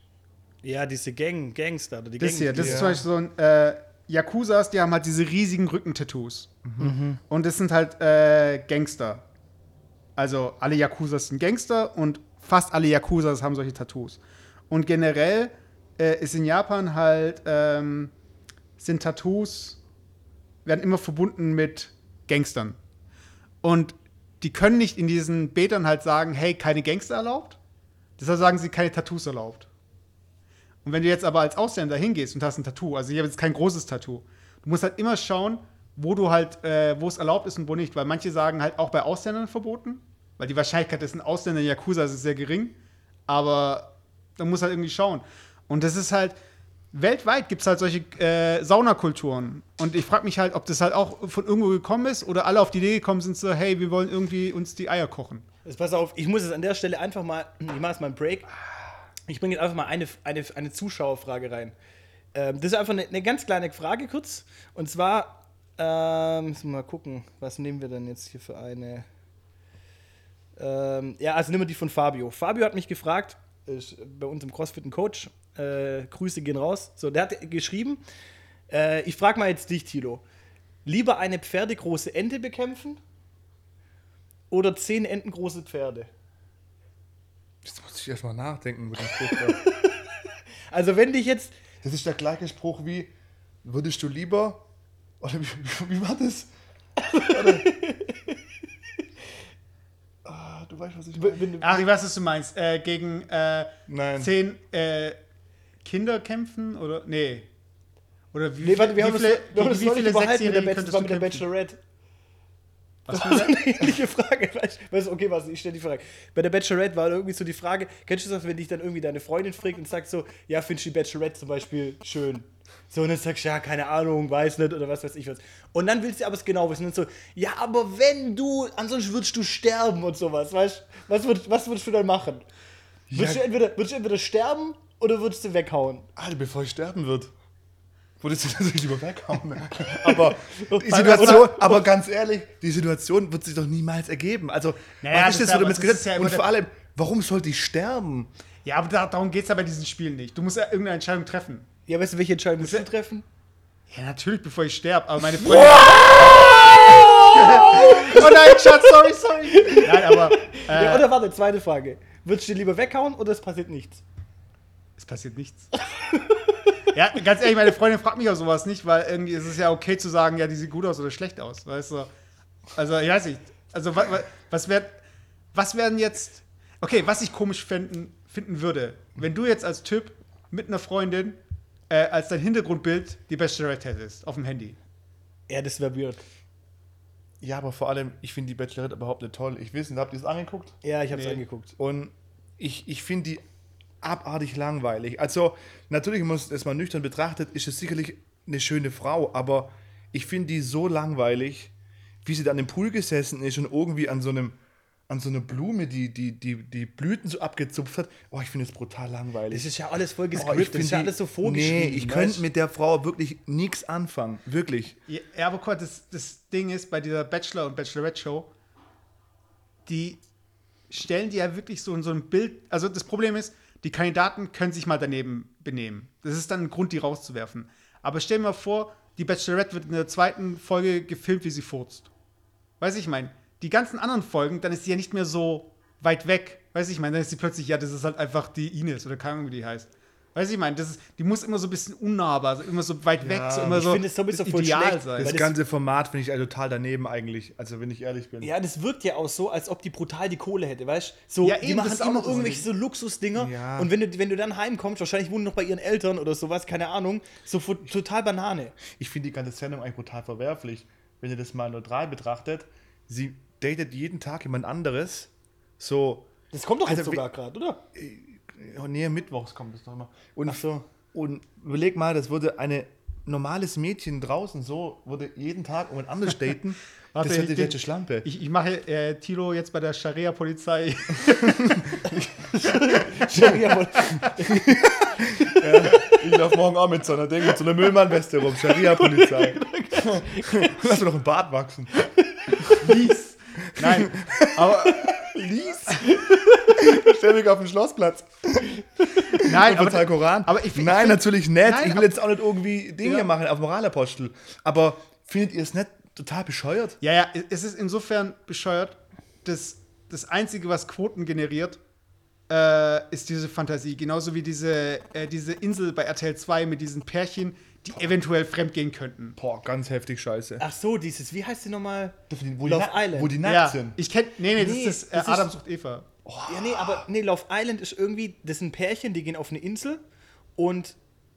Ja, diese Gang, Gangster. Oder die Das Gang, hier, das die- ist zum Beispiel so ein äh, Yakuzas, die haben halt diese riesigen Rückentattoos. Und das sind halt äh, Gangster. Also alle Yakuzas sind Gangster und fast alle Yakuzas haben solche Tattoos. Und generell äh, ist in Japan halt, ähm, sind Tattoos, werden immer verbunden mit Gangstern. Und die können nicht in diesen Bädern halt sagen, hey, keine Gangster erlaubt. Deshalb sagen sie, keine Tattoos erlaubt. Und wenn du jetzt aber als Ausländer hingehst und hast ein Tattoo, also ich habe jetzt kein großes Tattoo, du musst halt immer schauen, wo du halt, äh, wo es erlaubt ist und wo nicht. Weil manche sagen halt auch bei Ausländern verboten, weil die Wahrscheinlichkeit, dass ein Ausländer in Yakuza ist, ist sehr gering. Aber da muss halt irgendwie schauen. Und das ist halt, weltweit gibt es halt solche äh, Saunakulturen. Und ich frage mich halt, ob das halt auch von irgendwo gekommen ist oder alle auf die Idee gekommen sind, so, hey, wir wollen irgendwie uns die Eier kochen. Jetzt pass auf, ich muss es an der Stelle einfach mal, ich mache jetzt mal einen Break. Ich bringe jetzt einfach mal eine, eine, eine Zuschauerfrage rein. Ähm, das ist einfach eine, eine ganz kleine Frage kurz. Und zwar, ähm, müssen wir mal gucken, was nehmen wir denn jetzt hier für eine? Ähm, ja, also nehmen wir die von Fabio. Fabio hat mich gefragt, ist bei uns im CrossFit ein Coach, äh, Grüße gehen raus. So, der hat geschrieben, äh, ich frage mal jetzt dich, Thilo. Lieber eine pferdegroße Ente bekämpfen oder zehn entengroße Pferde? Jetzt muss ich erstmal nachdenken mit dem Spruch. Also wenn dich jetzt, Das ist der gleiche Spruch wie, würdest du lieber, oder wie, wie war das? Warte. Ah, du weißt, was ich meine. wenn, Ach, ich weiß, was du meinst. Äh, gegen äh, Nein. zehn äh, Kinder kämpfen? Oder? Nee. Oder wie, nee, warte, wir wie haben viele, das, wir haben gegen das wie neulich viele überhalten mit der, Sechsjährige Bachelor, das könntest war du mit der kämpfen? Bachelorette. Was Das für war eine- so eine ähnliche Frage. Weißt, weißt, okay, was, ich stelle die Frage. Bei der Bachelorette war irgendwie so die Frage, kennst du das, wenn dich dann irgendwie deine Freundin fragt und sagt so, ja, findest du die Bachelorette zum Beispiel schön? So, und dann sagst du, ja, keine Ahnung, weiß nicht oder was weiß ich was. Und dann willst du aber es genau wissen und so, ja, aber wenn du, ansonsten würdest du sterben und sowas, weißt du? Was, würd, was würdest du dann machen? Würdest, Ja. du entweder, würdest du entweder sterben oder würdest du weghauen? Alter, bevor ich sterben wird. Würdest du das lieber weghauen? Aber die Situation, aber ganz ehrlich, die Situation wird sich doch niemals ergeben. Also, Naja, was ist das das so ist ja- damit das gesetzt? ist ja immer Und der- vor allem, warum sollte ich sterben? Ja, aber da, darum geht es ja bei diesen Spielen nicht. Du musst ja irgendeine Entscheidung treffen. Ja, weißt du, welche Entscheidung musst du ist- treffen? Ja, natürlich, bevor ich sterbe, aber meine Freundin... Oh nein, Schatz, sorry, sorry. Nein, aber... Äh, Ja, oder warte, zweite Frage. Würdest du dir lieber weghauen oder es passiert nichts? Es passiert nichts. Ja, ganz ehrlich, meine Freundin fragt mich auch sowas nicht, weil irgendwie ist es ja okay zu sagen, ja, die sieht gut aus oder schlecht aus, weißt du? Also, ich weiß nicht. Also, wa, wa, was wär, was wären jetzt... Okay, was ich komisch finden, finden würde, wenn du jetzt als Typ mit einer Freundin äh, als dein Hintergrundbild die Bachelorette hättest auf dem Handy. Ja, das wäre weird. Ja, aber vor allem, ich finde die Bachelorette überhaupt nicht toll. Ich weiß nicht, habt ihr es angeguckt? Ja, ich hab's Nee. angeguckt. Und ich, ich finde die abartig langweilig. Also, natürlich, wenn man es mal nüchtern betrachtet, ist es sicherlich eine schöne Frau, aber ich finde die so langweilig, wie sie da an dem Pool gesessen ist und irgendwie an so einem an so eine Blume, die die, die, die Blüten so abgezupft hat. Oh, ich finde es brutal langweilig. Das ist ja alles voll Oh, ich gescriptet, find das ist ja die- alles so vorgeschrieben. Nee, ich weißt könnte du? mit der Frau wirklich nichts anfangen. Wirklich. Ja, ja, aber guck mal, das, das Ding ist, bei dieser Bachelor- und Bachelorette-Show, die stellen die ja wirklich so in so ein Bild. Also das Problem ist, die Kandidaten können sich mal daneben benehmen. Das ist dann ein Grund, die rauszuwerfen. Aber stell dir mal vor, die Bachelorette wird in der zweiten Folge gefilmt, wie sie furzt. Weiß ich, mein, die ganzen anderen Folgen, dann ist sie ja nicht mehr so weit weg. Weiß ich, mein, dann ist sie plötzlich, ja, das ist halt einfach die Ines oder keine Ahnung, wie die heißt. Weiß ich, mein, das ist, die muss immer so ein bisschen unnahbar, so immer so weit weg, so immer ich so finde es sowieso voll ideal schlecht, sein. weil Das das- ganze Format finde ich also total daneben eigentlich. Also, wenn ich ehrlich bin. Ja, das wirkt ja auch so, als ob die brutal die Kohle hätte, weißt du? So, Ja, die eben, das machen ist auch immer noch so ein irgendwelche so Luxusdinger Ja. und wenn du, wenn du dann heimkommst, wahrscheinlich wohnen die noch bei ihren Eltern oder sowas, keine Ahnung, so fu- total Banane. Ich finde die ganze Sendung eigentlich brutal verwerflich. Wenn ihr das mal neutral betrachtet, sie datet jeden Tag jemand anderes. So, Das kommt doch Also jetzt sogar gerade, oder? oh, nee, mittwochs kommt das doch immer. Und, Ach so. und überleg mal, das würde eine normales Mädchen draußen so, würde jeden Tag jemand anderes daten. Warte, das hätte ich- die letzte Schlampe. Ich, ich mache äh, Tilo jetzt bei der Scharia-Polizei. Ich laufe morgen auch mit so einer Ding, mit so einer Müllmannweste rum. Scharia-Polizei. Lass mir doch ein Bart wachsen. Lies. Nein, aber Lies. Stell mich auf den Schlossplatz. nein, aber, Total Koran. aber ich, ich Nein, find- natürlich nicht. Nein, ich will aber- jetzt auch nicht irgendwie Dinge Ja. machen auf Moralapostel. Aber findet ihr es nicht total bescheuert? Ja, ja, es ist insofern bescheuert, dass das Einzige, was Quoten generiert, äh, ist diese Fantasie. Genauso wie diese, äh, diese Insel bei R T L zwei mit diesen Pärchen, die eventuell fremdgehen könnten. Boah, ganz heftig scheiße. Ach so, dieses, wie heißt die nochmal? Wo Love na- Island. Wo die nackt Ja, sind. ich kenn, nee, nee, Nee, das ist äh, das ist- Adam sucht Eva. Ja, nee, aber nee, Love Island ist irgendwie, das sind Pärchen, die gehen auf eine Insel und,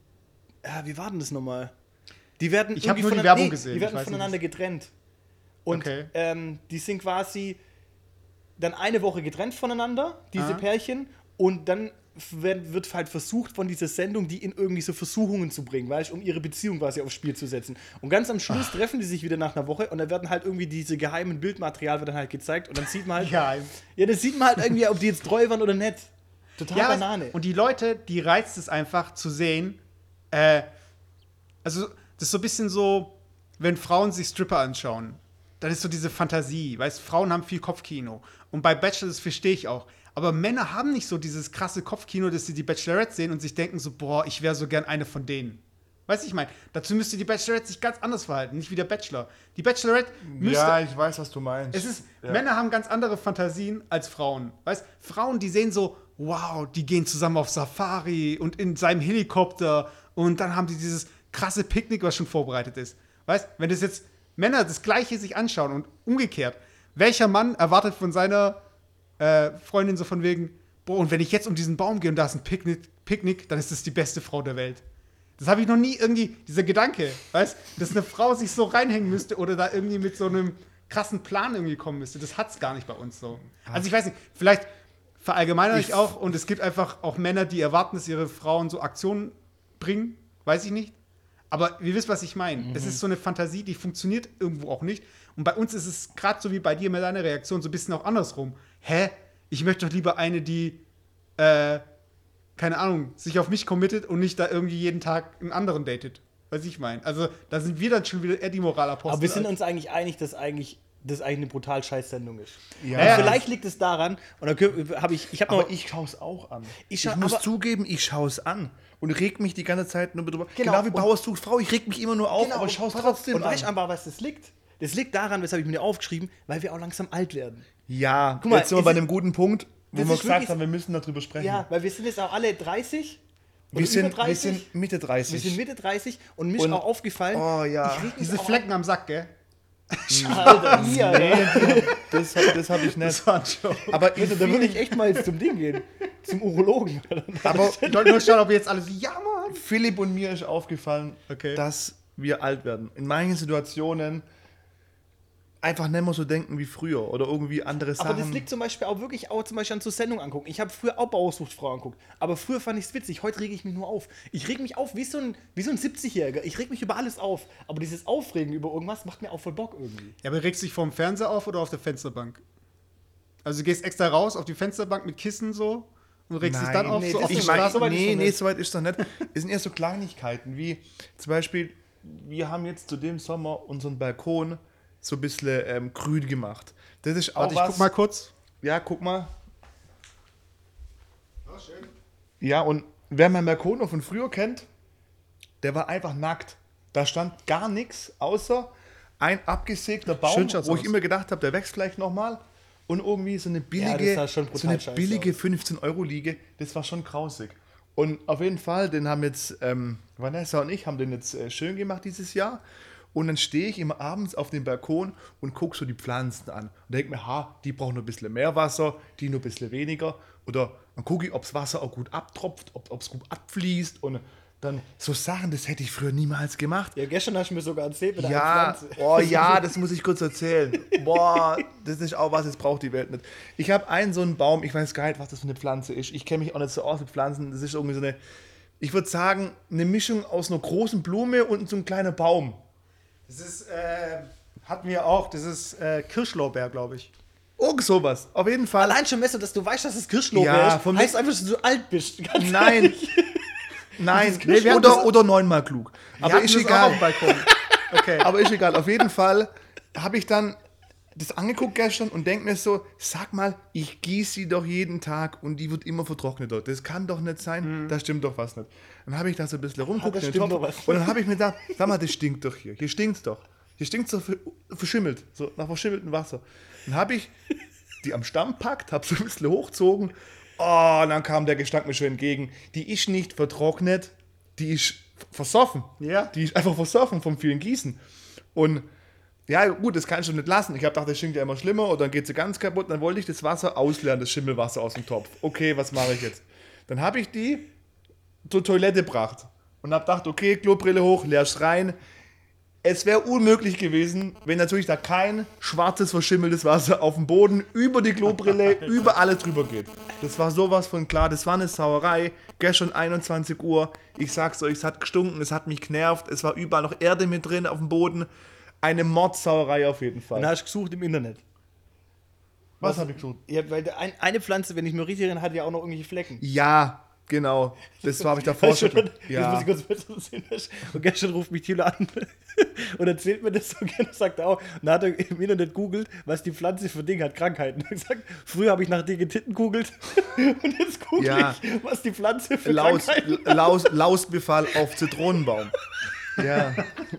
ja, wie war denn das nochmal? Die werden Ich hab irgendwie nur die voneinander- Werbung nee, gesehen, Die ich werden weiß voneinander getrennt. Und Okay. ähm, die sind quasi dann eine Woche getrennt voneinander, diese Aha. Pärchen, und dann wird, wird halt versucht von dieser Sendung, die in irgendwie so Versuchungen zu bringen, weißt, um ihre Beziehung quasi aufs Spiel zu setzen. Und ganz am Schluss treffen die sich wieder nach einer Woche und dann werden halt irgendwie diese geheimen Bildmaterial wird dann halt gezeigt und dann sieht man halt, Ja, ja, das sieht man halt irgendwie, ob die jetzt treu waren oder nicht. Total ja, Banane. und die Leute, die reizt es einfach zu sehen, äh, also das ist so ein bisschen so, wenn Frauen sich Stripper anschauen, dann ist so diese Fantasie, weißt, Frauen haben viel Kopfkino. Und bei Bachelor, das verstehe ich auch. Aber Männer haben nicht so dieses krasse Kopfkino, dass sie die Bachelorette sehen und sich denken so, boah, ich wäre so gern eine von denen. Weißt du, ich meine, dazu müsste die Bachelorette sich ganz anders verhalten, nicht wie der Bachelor. Die Bachelorette müsste... Ja, ich weiß, was du meinst. Es ist, Ja. Männer haben ganz andere Fantasien als Frauen. Weißt, Frauen, die sehen so, wow, die gehen zusammen auf Safari und in seinem Helikopter und dann haben die dieses krasse Picknick, was schon vorbereitet ist. Weißt, wenn das jetzt Männer das Gleiche sich anschauen und umgekehrt, welcher Mann erwartet von seiner äh, Freundin so von wegen, boah, und wenn ich jetzt um diesen Baum gehe und da ist ein Picknick, Picknick, dann ist das die beste Frau der Welt. Das habe ich noch nie irgendwie, dieser Gedanke, weißt, dass eine Frau sich so reinhängen müsste oder da irgendwie mit so einem krassen Plan irgendwie kommen müsste. Das hat's gar nicht bei uns so. Also ich weiß nicht, vielleicht verallgemeinere ich, Ich- auch und es gibt einfach auch Männer, die erwarten, dass ihre Frauen so Aktionen bringen, weiß ich nicht. Aber ihr wisst, was ich meine. Es ist so eine Fantasie, die funktioniert irgendwo auch nicht. Und bei uns ist es gerade so wie bei dir mit deiner Reaktion so ein bisschen auch andersrum. Hä? Ich möchte doch lieber eine, die, äh, keine Ahnung, sich auf mich committet und nicht da irgendwie jeden Tag einen anderen datet. Was ich meine. Also, da sind wir dann schon wieder eher die Moralapostel. Aber wir sind als- uns eigentlich einig, dass eigentlich das eigentlich eine brutal scheiß Sendung ist. Ja. Und vielleicht liegt es daran, und da habe ich, ich habe noch, Aber ich schaue es auch an. Ich Ich, schau- muss aber- zugeben, ich schaue es an und reg mich die ganze Zeit nur drüber. Genau. Genau, wie Und- Bauer sucht Frau, ich reg mich immer nur auf, Genau, aber ich schaue es pass auf, trotzdem und an. weißt du aber, was das liegt? Das liegt daran, weshalb ich mir aufgeschrieben, weil wir auch langsam alt werden. Ja, Guck mal, jetzt sind wir es bei ist- einem guten Punkt, wo das wir ist gesagt wirklich- haben, wir müssen darüber sprechen. Ja, weil wir sind jetzt auch alle dreißig. oder wir, sind, über dreißig. wir sind Mitte dreißig. Wir sind Mitte dreißig und mir ist Und- auch aufgefallen, Oh ja. ich reg mich Diese auch Flecken am Sack, gell? Alter, hier, Alter. Das, hab- das habe ich nicht. Das war ein Joke. Aber Also, da würde ich echt mal jetzt zum Ding gehen. Zum Urologen. aber Ich wollte nur schauen, ob ihr jetzt alles. Ja, Mann! Philipp und mir ist aufgefallen, Okay. dass wir alt werden. In manchen Situationen einfach nicht mehr so denken wie früher oder irgendwie andere Sachen. Aber das liegt zum Beispiel auch wirklich auch zum Beispiel an so Sendungen angucken. Ich habe früher auch Bauersuchtfrau anguckt. Aber früher fand ich es witzig. Heute rege ich mich nur auf. Ich reg mich auf wie so ein, wie so ein siebzigjähriger. Ich reg mich über alles auf. Aber dieses Aufregen über irgendwas macht mir auch voll Bock irgendwie. Ja, aber regst du dich vorm Fernseher auf oder auf der Fensterbank? Also, du gehst extra raus auf die Fensterbank mit Kissen so und regst dich dann auf, nee, so das auf die ist Ich so weit- meine, so weit ist nee, noch nee, nicht. so weit ist doch nicht. Es sind eher so Kleinigkeiten, wie zum Beispiel, wir haben jetzt zu dem Sommer unseren Balkon so ein bisschen ähm, grün gemacht. Das ist auch Warte, ich was. guck mal kurz. Ja, guck mal. Ja, und wer meinen Balkon noch von früher kennt, der war einfach nackt. Da stand gar nichts, außer ein abgesägter Baum, Schön schaut's wo ich aus. immer gedacht habe, der wächst vielleicht nochmal. Und irgendwie so eine billige, sah schon so brutal eine scheiße billige aus. fünfzehn Euro Liege, das war schon grausig. Und auf jeden Fall, den haben jetzt ähm, Vanessa und ich haben den jetzt äh, schön gemacht dieses Jahr. Und dann stehe ich immer abends auf dem Balkon und gucke so die Pflanzen an. Und denke mir, ha, die brauchen nur ein bisschen mehr Wasser, die nur ein bisschen weniger. Oder dann gucke ich, ob das Wasser auch gut abtropft, ob es gut abfließt. Und dann so Sachen, das hätte ich früher niemals gemacht. Ja, gestern hast du mir sogar erzählt mit Ja, einer Pflanze. oh ja, das muss ich kurz erzählen. Boah, das ist auch was, das braucht die Welt nicht. Ich habe einen so einen Baum, ich weiß gar nicht, was das für eine Pflanze ist. Ich kenne mich auch nicht so aus mit Pflanzen. Das ist irgendwie so eine, ich würde sagen, eine Mischung aus einer großen Blume und so einem kleinen Baum. Das ist, äh, hatten wir auch, das ist äh, Kirschlorbeer, glaube ich. Irgend sowas. Auf jeden Fall. Allein schon, Messer, dass du weißt, dass es Kirschlorbeer Ja, ist, von heißt mir- einfach, dass du so alt bist. Ganz Nein. ehrlich. Nein, Nee, wir hatten oder, das- oder neunmal klug. Wir Aber hatten ist das auch egal. auf dem Balkon. Okay. Aber ist egal. Auf jeden Fall habe ich dann das angeguckt gestern und denke mir so, sag mal, ich gieße sie doch jeden Tag und die wird immer vertrockneter. Das kann doch nicht sein, da stimmt doch was nicht. Dann habe ich da so ein bisschen rumgeguckt das in den stimmt Topf doch was. und dann habe ich mir gedacht, sag mal, das stinkt doch hier. Hier stinkt's doch. Hier stinkt's doch ver- verschimmelt, so nach verschimmeltem Wasser. Dann habe ich die am Stamm packt, habe so ein bisschen hochgezogen. Oh, und dann kam der Gestank mir schon entgegen. Die ist nicht vertrocknet, die ist versoffen. Ja. Die ist einfach versoffen vom vielen Gießen. Und ja, gut, das kannst du nicht lassen. Ich habe gedacht, das stinkt ja immer schlimmer und dann geht sie ganz kaputt. Dann wollte ich das Wasser ausleeren, das Schimmelwasser aus dem Topf. Okay, was mache ich jetzt? Dann habe ich die zur Toilette gebracht und habe gedacht, okay, Klobrille hoch, leerst rein. Es wäre unmöglich gewesen, wenn natürlich da kein schwarzes, verschimmeltes Wasser auf dem Boden über die Klobrille, über alles drüber geht. Das war sowas von klar, das war eine Sauerei. Gestern einundzwanzig Uhr, ich sag's euch, es hat gestunken, es hat mich genervt, es war überall noch Erde mit drin auf dem Boden. Eine Mordsauerei auf jeden Fall. Und dann hast du gesucht im Internet. Was habe ich gesucht? Ja, weil der ein, eine Pflanze, wenn ich mich richtig erinnere, hat ja auch noch irgendwelche Flecken. Ja, genau. Das habe ich davor Weißt du, schon. Jetzt muss Ja. ich kurz besser sehen. Und gestern ruft mich Thilo an und erzählt mir das so gerne, sagt er auch. Und dann hat er im Internet googelt, was die Pflanze für Dinge hat, Krankheiten. Er hat gesagt, früher habe ich nach dicken Titten googelt und jetzt google Ja. ich, was die Pflanze für Laus, Krankheiten Laus, Lausbefall auf Zitronenbaum. Ja.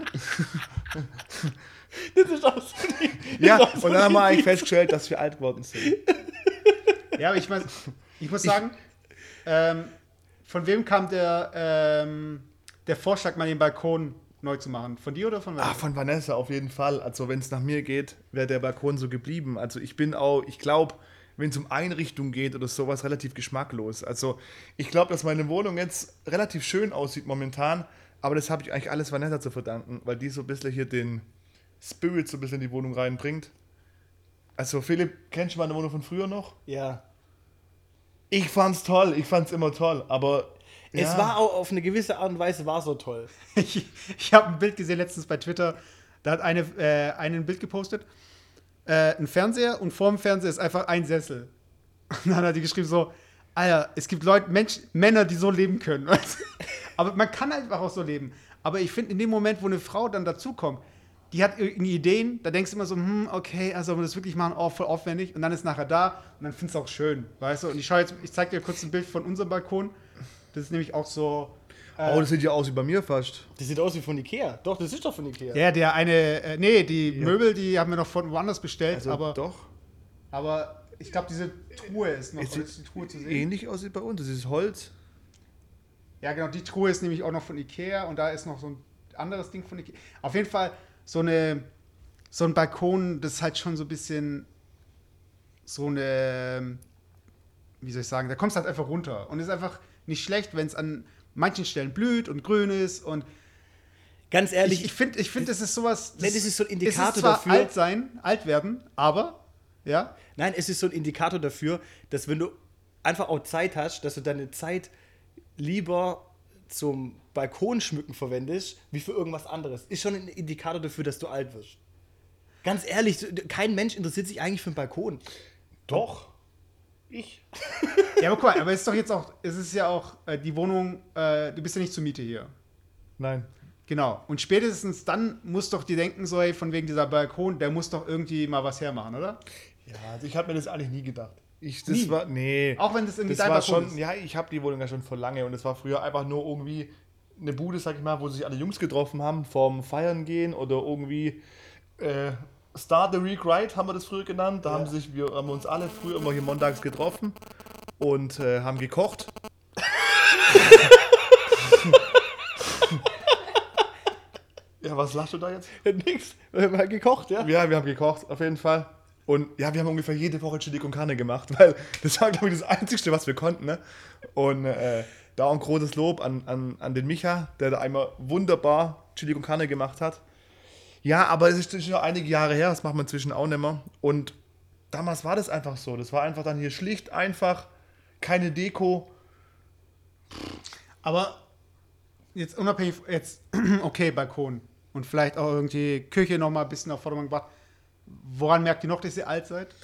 Das ist auch so die, Ja, das ist auch so und dann haben wir die- eigentlich festgestellt, dass wir alt geworden sind. Ja, aber ich, mein, ich muss sagen, ähm, von wem kam der, ähm, der Vorschlag, mal den Balkon neu zu machen? Von dir oder von wem? Ah, von Vanessa auf jeden Fall. Also wenn es nach mir geht, wäre der Balkon so geblieben. Also ich bin auch, ich glaube, wenn es um Einrichtung geht oder sowas, relativ geschmacklos. Also ich glaube, dass meine Wohnung jetzt relativ schön aussieht momentan, aber das habe ich eigentlich alles Vanessa zu verdanken, weil die so ein bisschen hier den Spirit so ein bisschen in die Wohnung reinbringt. Also Philipp, kennst du meine Wohnung von früher noch? Ja. Ich fand's toll, ich fand's immer toll, aber Es ja. war auch auf eine gewisse Art und Weise war so toll. Ich, ich habe ein Bild gesehen letztens bei Twitter, da hat eine, äh, eine ein Bild gepostet, äh, ein Fernseher und vor dem Fernseher ist einfach ein Sessel. Und dann hat die geschrieben so, Alter, es gibt Leute, Mensch, Männer, die so leben können. weißt du? Aber man kann einfach auch so leben. Aber ich finde, in dem Moment, wo eine Frau dann dazukommt, die hat irgendwie Ideen, da denkst du immer so, hm, okay, also wenn wir das wirklich machen, auch voll aufwendig. Und dann ist nachher da und dann findest du auch schön, weißt du? Und ich schau jetzt, ich zeig dir kurz ein Bild von unserem Balkon. Das ist nämlich auch so. Äh, Oh, das sieht ja aus wie bei mir fast. Das sieht aus wie von Ikea. Doch, das ist doch von Ikea. ja, der eine, äh, nee, die Ja. Möbel, die haben wir noch von woanders bestellt, Also aber, doch. aber ich glaube, diese Truhe ist noch, Es oder ist sieht die Truhe zu sehen? ähnlich aus wie bei uns. Das ist Holz. Ja, genau, die Truhe ist nämlich auch noch von Ikea und da ist noch so ein anderes Ding von Ikea. Auf jeden Fall so eine, so ein Balkon, das ist halt schon so ein bisschen so eine, wie soll ich sagen, da kommst du halt einfach runter und ist einfach nicht schlecht, wenn es an manchen Stellen blüht und grün ist und Ganz ehrlich, ich, ich finde, ich find, das ist sowas, Nee, das ist so ein Indikator es ist zwar dafür. alt sein, alt werden, aber, ja, nein, es ist so ein Indikator dafür, dass wenn du einfach auch Zeit hast, dass du deine Zeit lieber zum Balkonschmücken verwendest, wie für irgendwas anderes. Ist schon ein Indikator dafür, dass du alt wirst. Ganz ehrlich, kein Mensch interessiert sich eigentlich für einen Balkon. Doch. Ich. ja, aber guck mal, aber es ist doch jetzt auch, es ist ja auch äh, die Wohnung, äh, du bist ja nicht zur Miete hier. Nein. Genau. Und spätestens dann muss doch dir denken, so, ey, von wegen dieser Balkon, der muss doch irgendwie mal was hermachen, oder? Ja, also ich habe mir das eigentlich nie gedacht. Ich, das Nie? war, nee. Auch wenn das irgendwie das dein war Balkon schon, ist. ja, ich habe die Wohnung ja schon vor lange und es war früher einfach nur irgendwie eine Bude, sag ich mal, wo sich alle Jungs getroffen haben, vorm Feiern gehen oder irgendwie äh, Start the Week Right, haben wir das früher genannt. Da haben sich wir haben uns alle früher immer hier montags getroffen und äh, haben gekocht. Ja, was lachst du da jetzt? Nix. Wir haben halt gekocht, ja? Ja, wir haben gekocht, auf jeden Fall. Und ja, wir haben ungefähr jede Woche Chili con Carne gemacht, weil das war, glaube ich, das Einzige, was wir konnten. Ne? Und äh, da auch ein großes Lob an, an, an den Micha, der da einmal wunderbar Chili con Carne gemacht hat. Ja, aber es ist schon einige Jahre her, das macht man inzwischen auch nicht mehr. Und damals war das einfach so. Das war einfach dann hier schlicht, einfach, keine Deko. Aber jetzt unabhängig, jetzt, okay, Balkon und vielleicht auch irgendwie Küche noch mal ein bisschen auf Vordermann gebracht. Woran merkt ihr noch, dass ihr alt seid?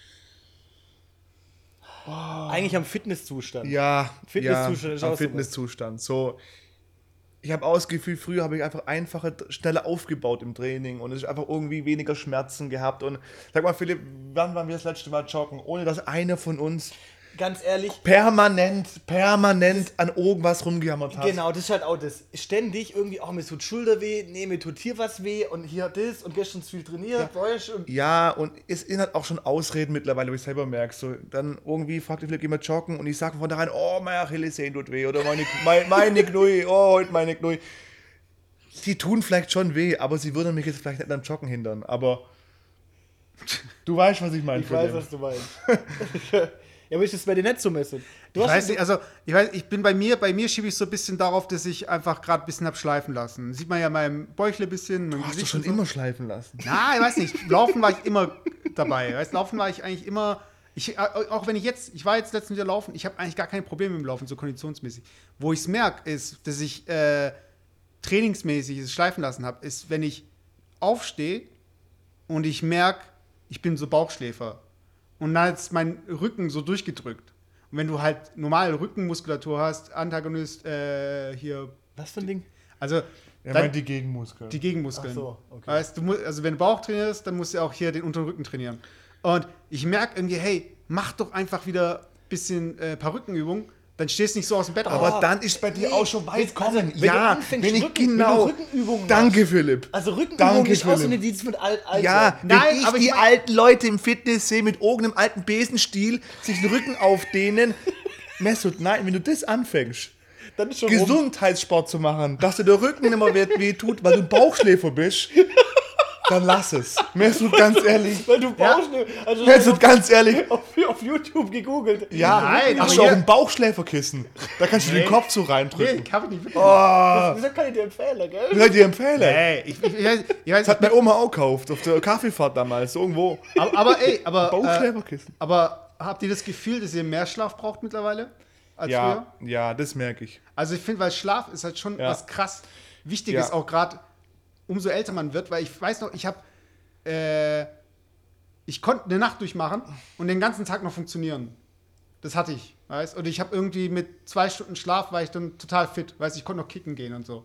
Eigentlich am Fitnesszustand. Ja, Fitnesszustand ja, ist am auch sowas. Fitnesszustand. So, ich habe auch das Gefühl, früher habe ich einfach einfacher, schneller aufgebaut im Training und es ist einfach irgendwie weniger Schmerzen gehabt. Und sag mal, Philipp, wann waren wir das letzte Mal joggen, ohne dass einer von uns Ganz ehrlich, permanent, permanent an irgendwas rumgehammert hat? genau, das ist halt auch das. Ständig irgendwie, oh, mir tut Schulter weh, nee, mir tut hier was weh und hier das und gestern zu viel trainiert, weißt du, und Ja, und es sind halt auch schon Ausreden mittlerweile, wo ich selber merke. So, dann irgendwie fragt die Philipp, geh mal joggen und ich sage von daheim, oh, meine Achillessehnen tut weh oder meine, meine, meine Knie, oh, heute meine Knie. Die tun vielleicht schon weh, aber sie würden mich jetzt vielleicht nicht am Joggen hindern. Aber du weißt, was ich meine. ich weiß, Philipp. was du meinst. Ja, aber ist das bei dir nicht so messen? Du Ich hast weiß nicht, also ich weiß, ich bin bei mir, bei mir schiebe ich so ein bisschen darauf, dass ich einfach gerade ein bisschen hab schleifen lassen. Sieht man ja meinem Bäuchle ein bisschen. Du hast doch schon und so. immer schleifen lassen. Na, ich weiß nicht. Laufen war ich immer dabei. Weißt, Laufen war ich eigentlich immer. Ich, auch wenn ich jetzt, ich war jetzt letztens wieder laufen, ich habe eigentlich gar keine Probleme mit dem Laufen, so konditionsmäßig. Wo ich es merke, ist, dass ich äh, trainingsmäßig es schleifen lassen habe, ist, wenn ich aufstehe und ich merke, ich bin so Bauchschläfer. Und dann ist mein Rücken so durchgedrückt. Und wenn du halt normale Rückenmuskulatur hast, Antagonist, äh, hier, was für ein Ding? also Er dann- meint die Gegenmuskeln. die Gegenmuskeln. Ach so, okay. Weißt, du musst, also wenn du Bauch trainierst, dann musst du auch hier den unteren Rücken trainieren. Und ich merke irgendwie, hey, mach doch einfach wieder ein bisschen äh, paar Rückenübungen, dann stehst du nicht so aus dem Bett aber auf. dann ist bei dir Nee, auch schon weit wenn- also, kommen. wenn du ja, anfängst, wenn ich Rücken- wenn du genau. Rückenübungen Danke, Philipp. Also Rückenübung Danke, ist auch so Philipp. eine, die ist mit alt, alt Ja, Nein, wenn ich aber die ich mein- alten Leute im Fitness sehe mit irgendeinem alten Besenstiel sich den Rücken aufdehnen, Mesut, nein, wenn du das anfängst, dann ist schon rum. Gesundheitssport zu machen, dass dir der Rücken nicht mehr weh, weh tut, weil du ein Bauchschläfer bist, dann lass es. Mesut, ganz ehrlich. Weil du brauchst eine, also Mesut, ganz ehrlich. auf, auf YouTube gegoogelt. Ja, Nein, ach aber so, auch hier- ein Bauchschläferkissen. Da kannst du Nee. den Kopf so Nee, reindrücken. kann ich nicht wirklich. Oh, Wieso kann ich dir empfehlen, gell? das ich dir empfehlen. Nee, ich, ich, ich, weiß, ich weiß, Das hat meine Oma auch gekauft, auf der Kaffeefahrt damals, irgendwo. aber, aber ey, aber, äh, Bauchschläferkissen. aber habt ihr das Gefühl, dass ihr mehr Schlaf braucht mittlerweile als Ja, früher? ja, das merke ich. Also ich finde, weil Schlaf ist halt schon Ja. was krass Wichtiges, Ja. auch gerade umso älter man wird, weil ich weiß noch, ich habe, äh, ich konnte eine Nacht durchmachen und den ganzen Tag noch funktionieren. Das hatte ich, weißt? Und ich habe irgendwie mit zwei Stunden Schlaf war ich dann total fit, weißt? Ich konnte noch kicken gehen und so.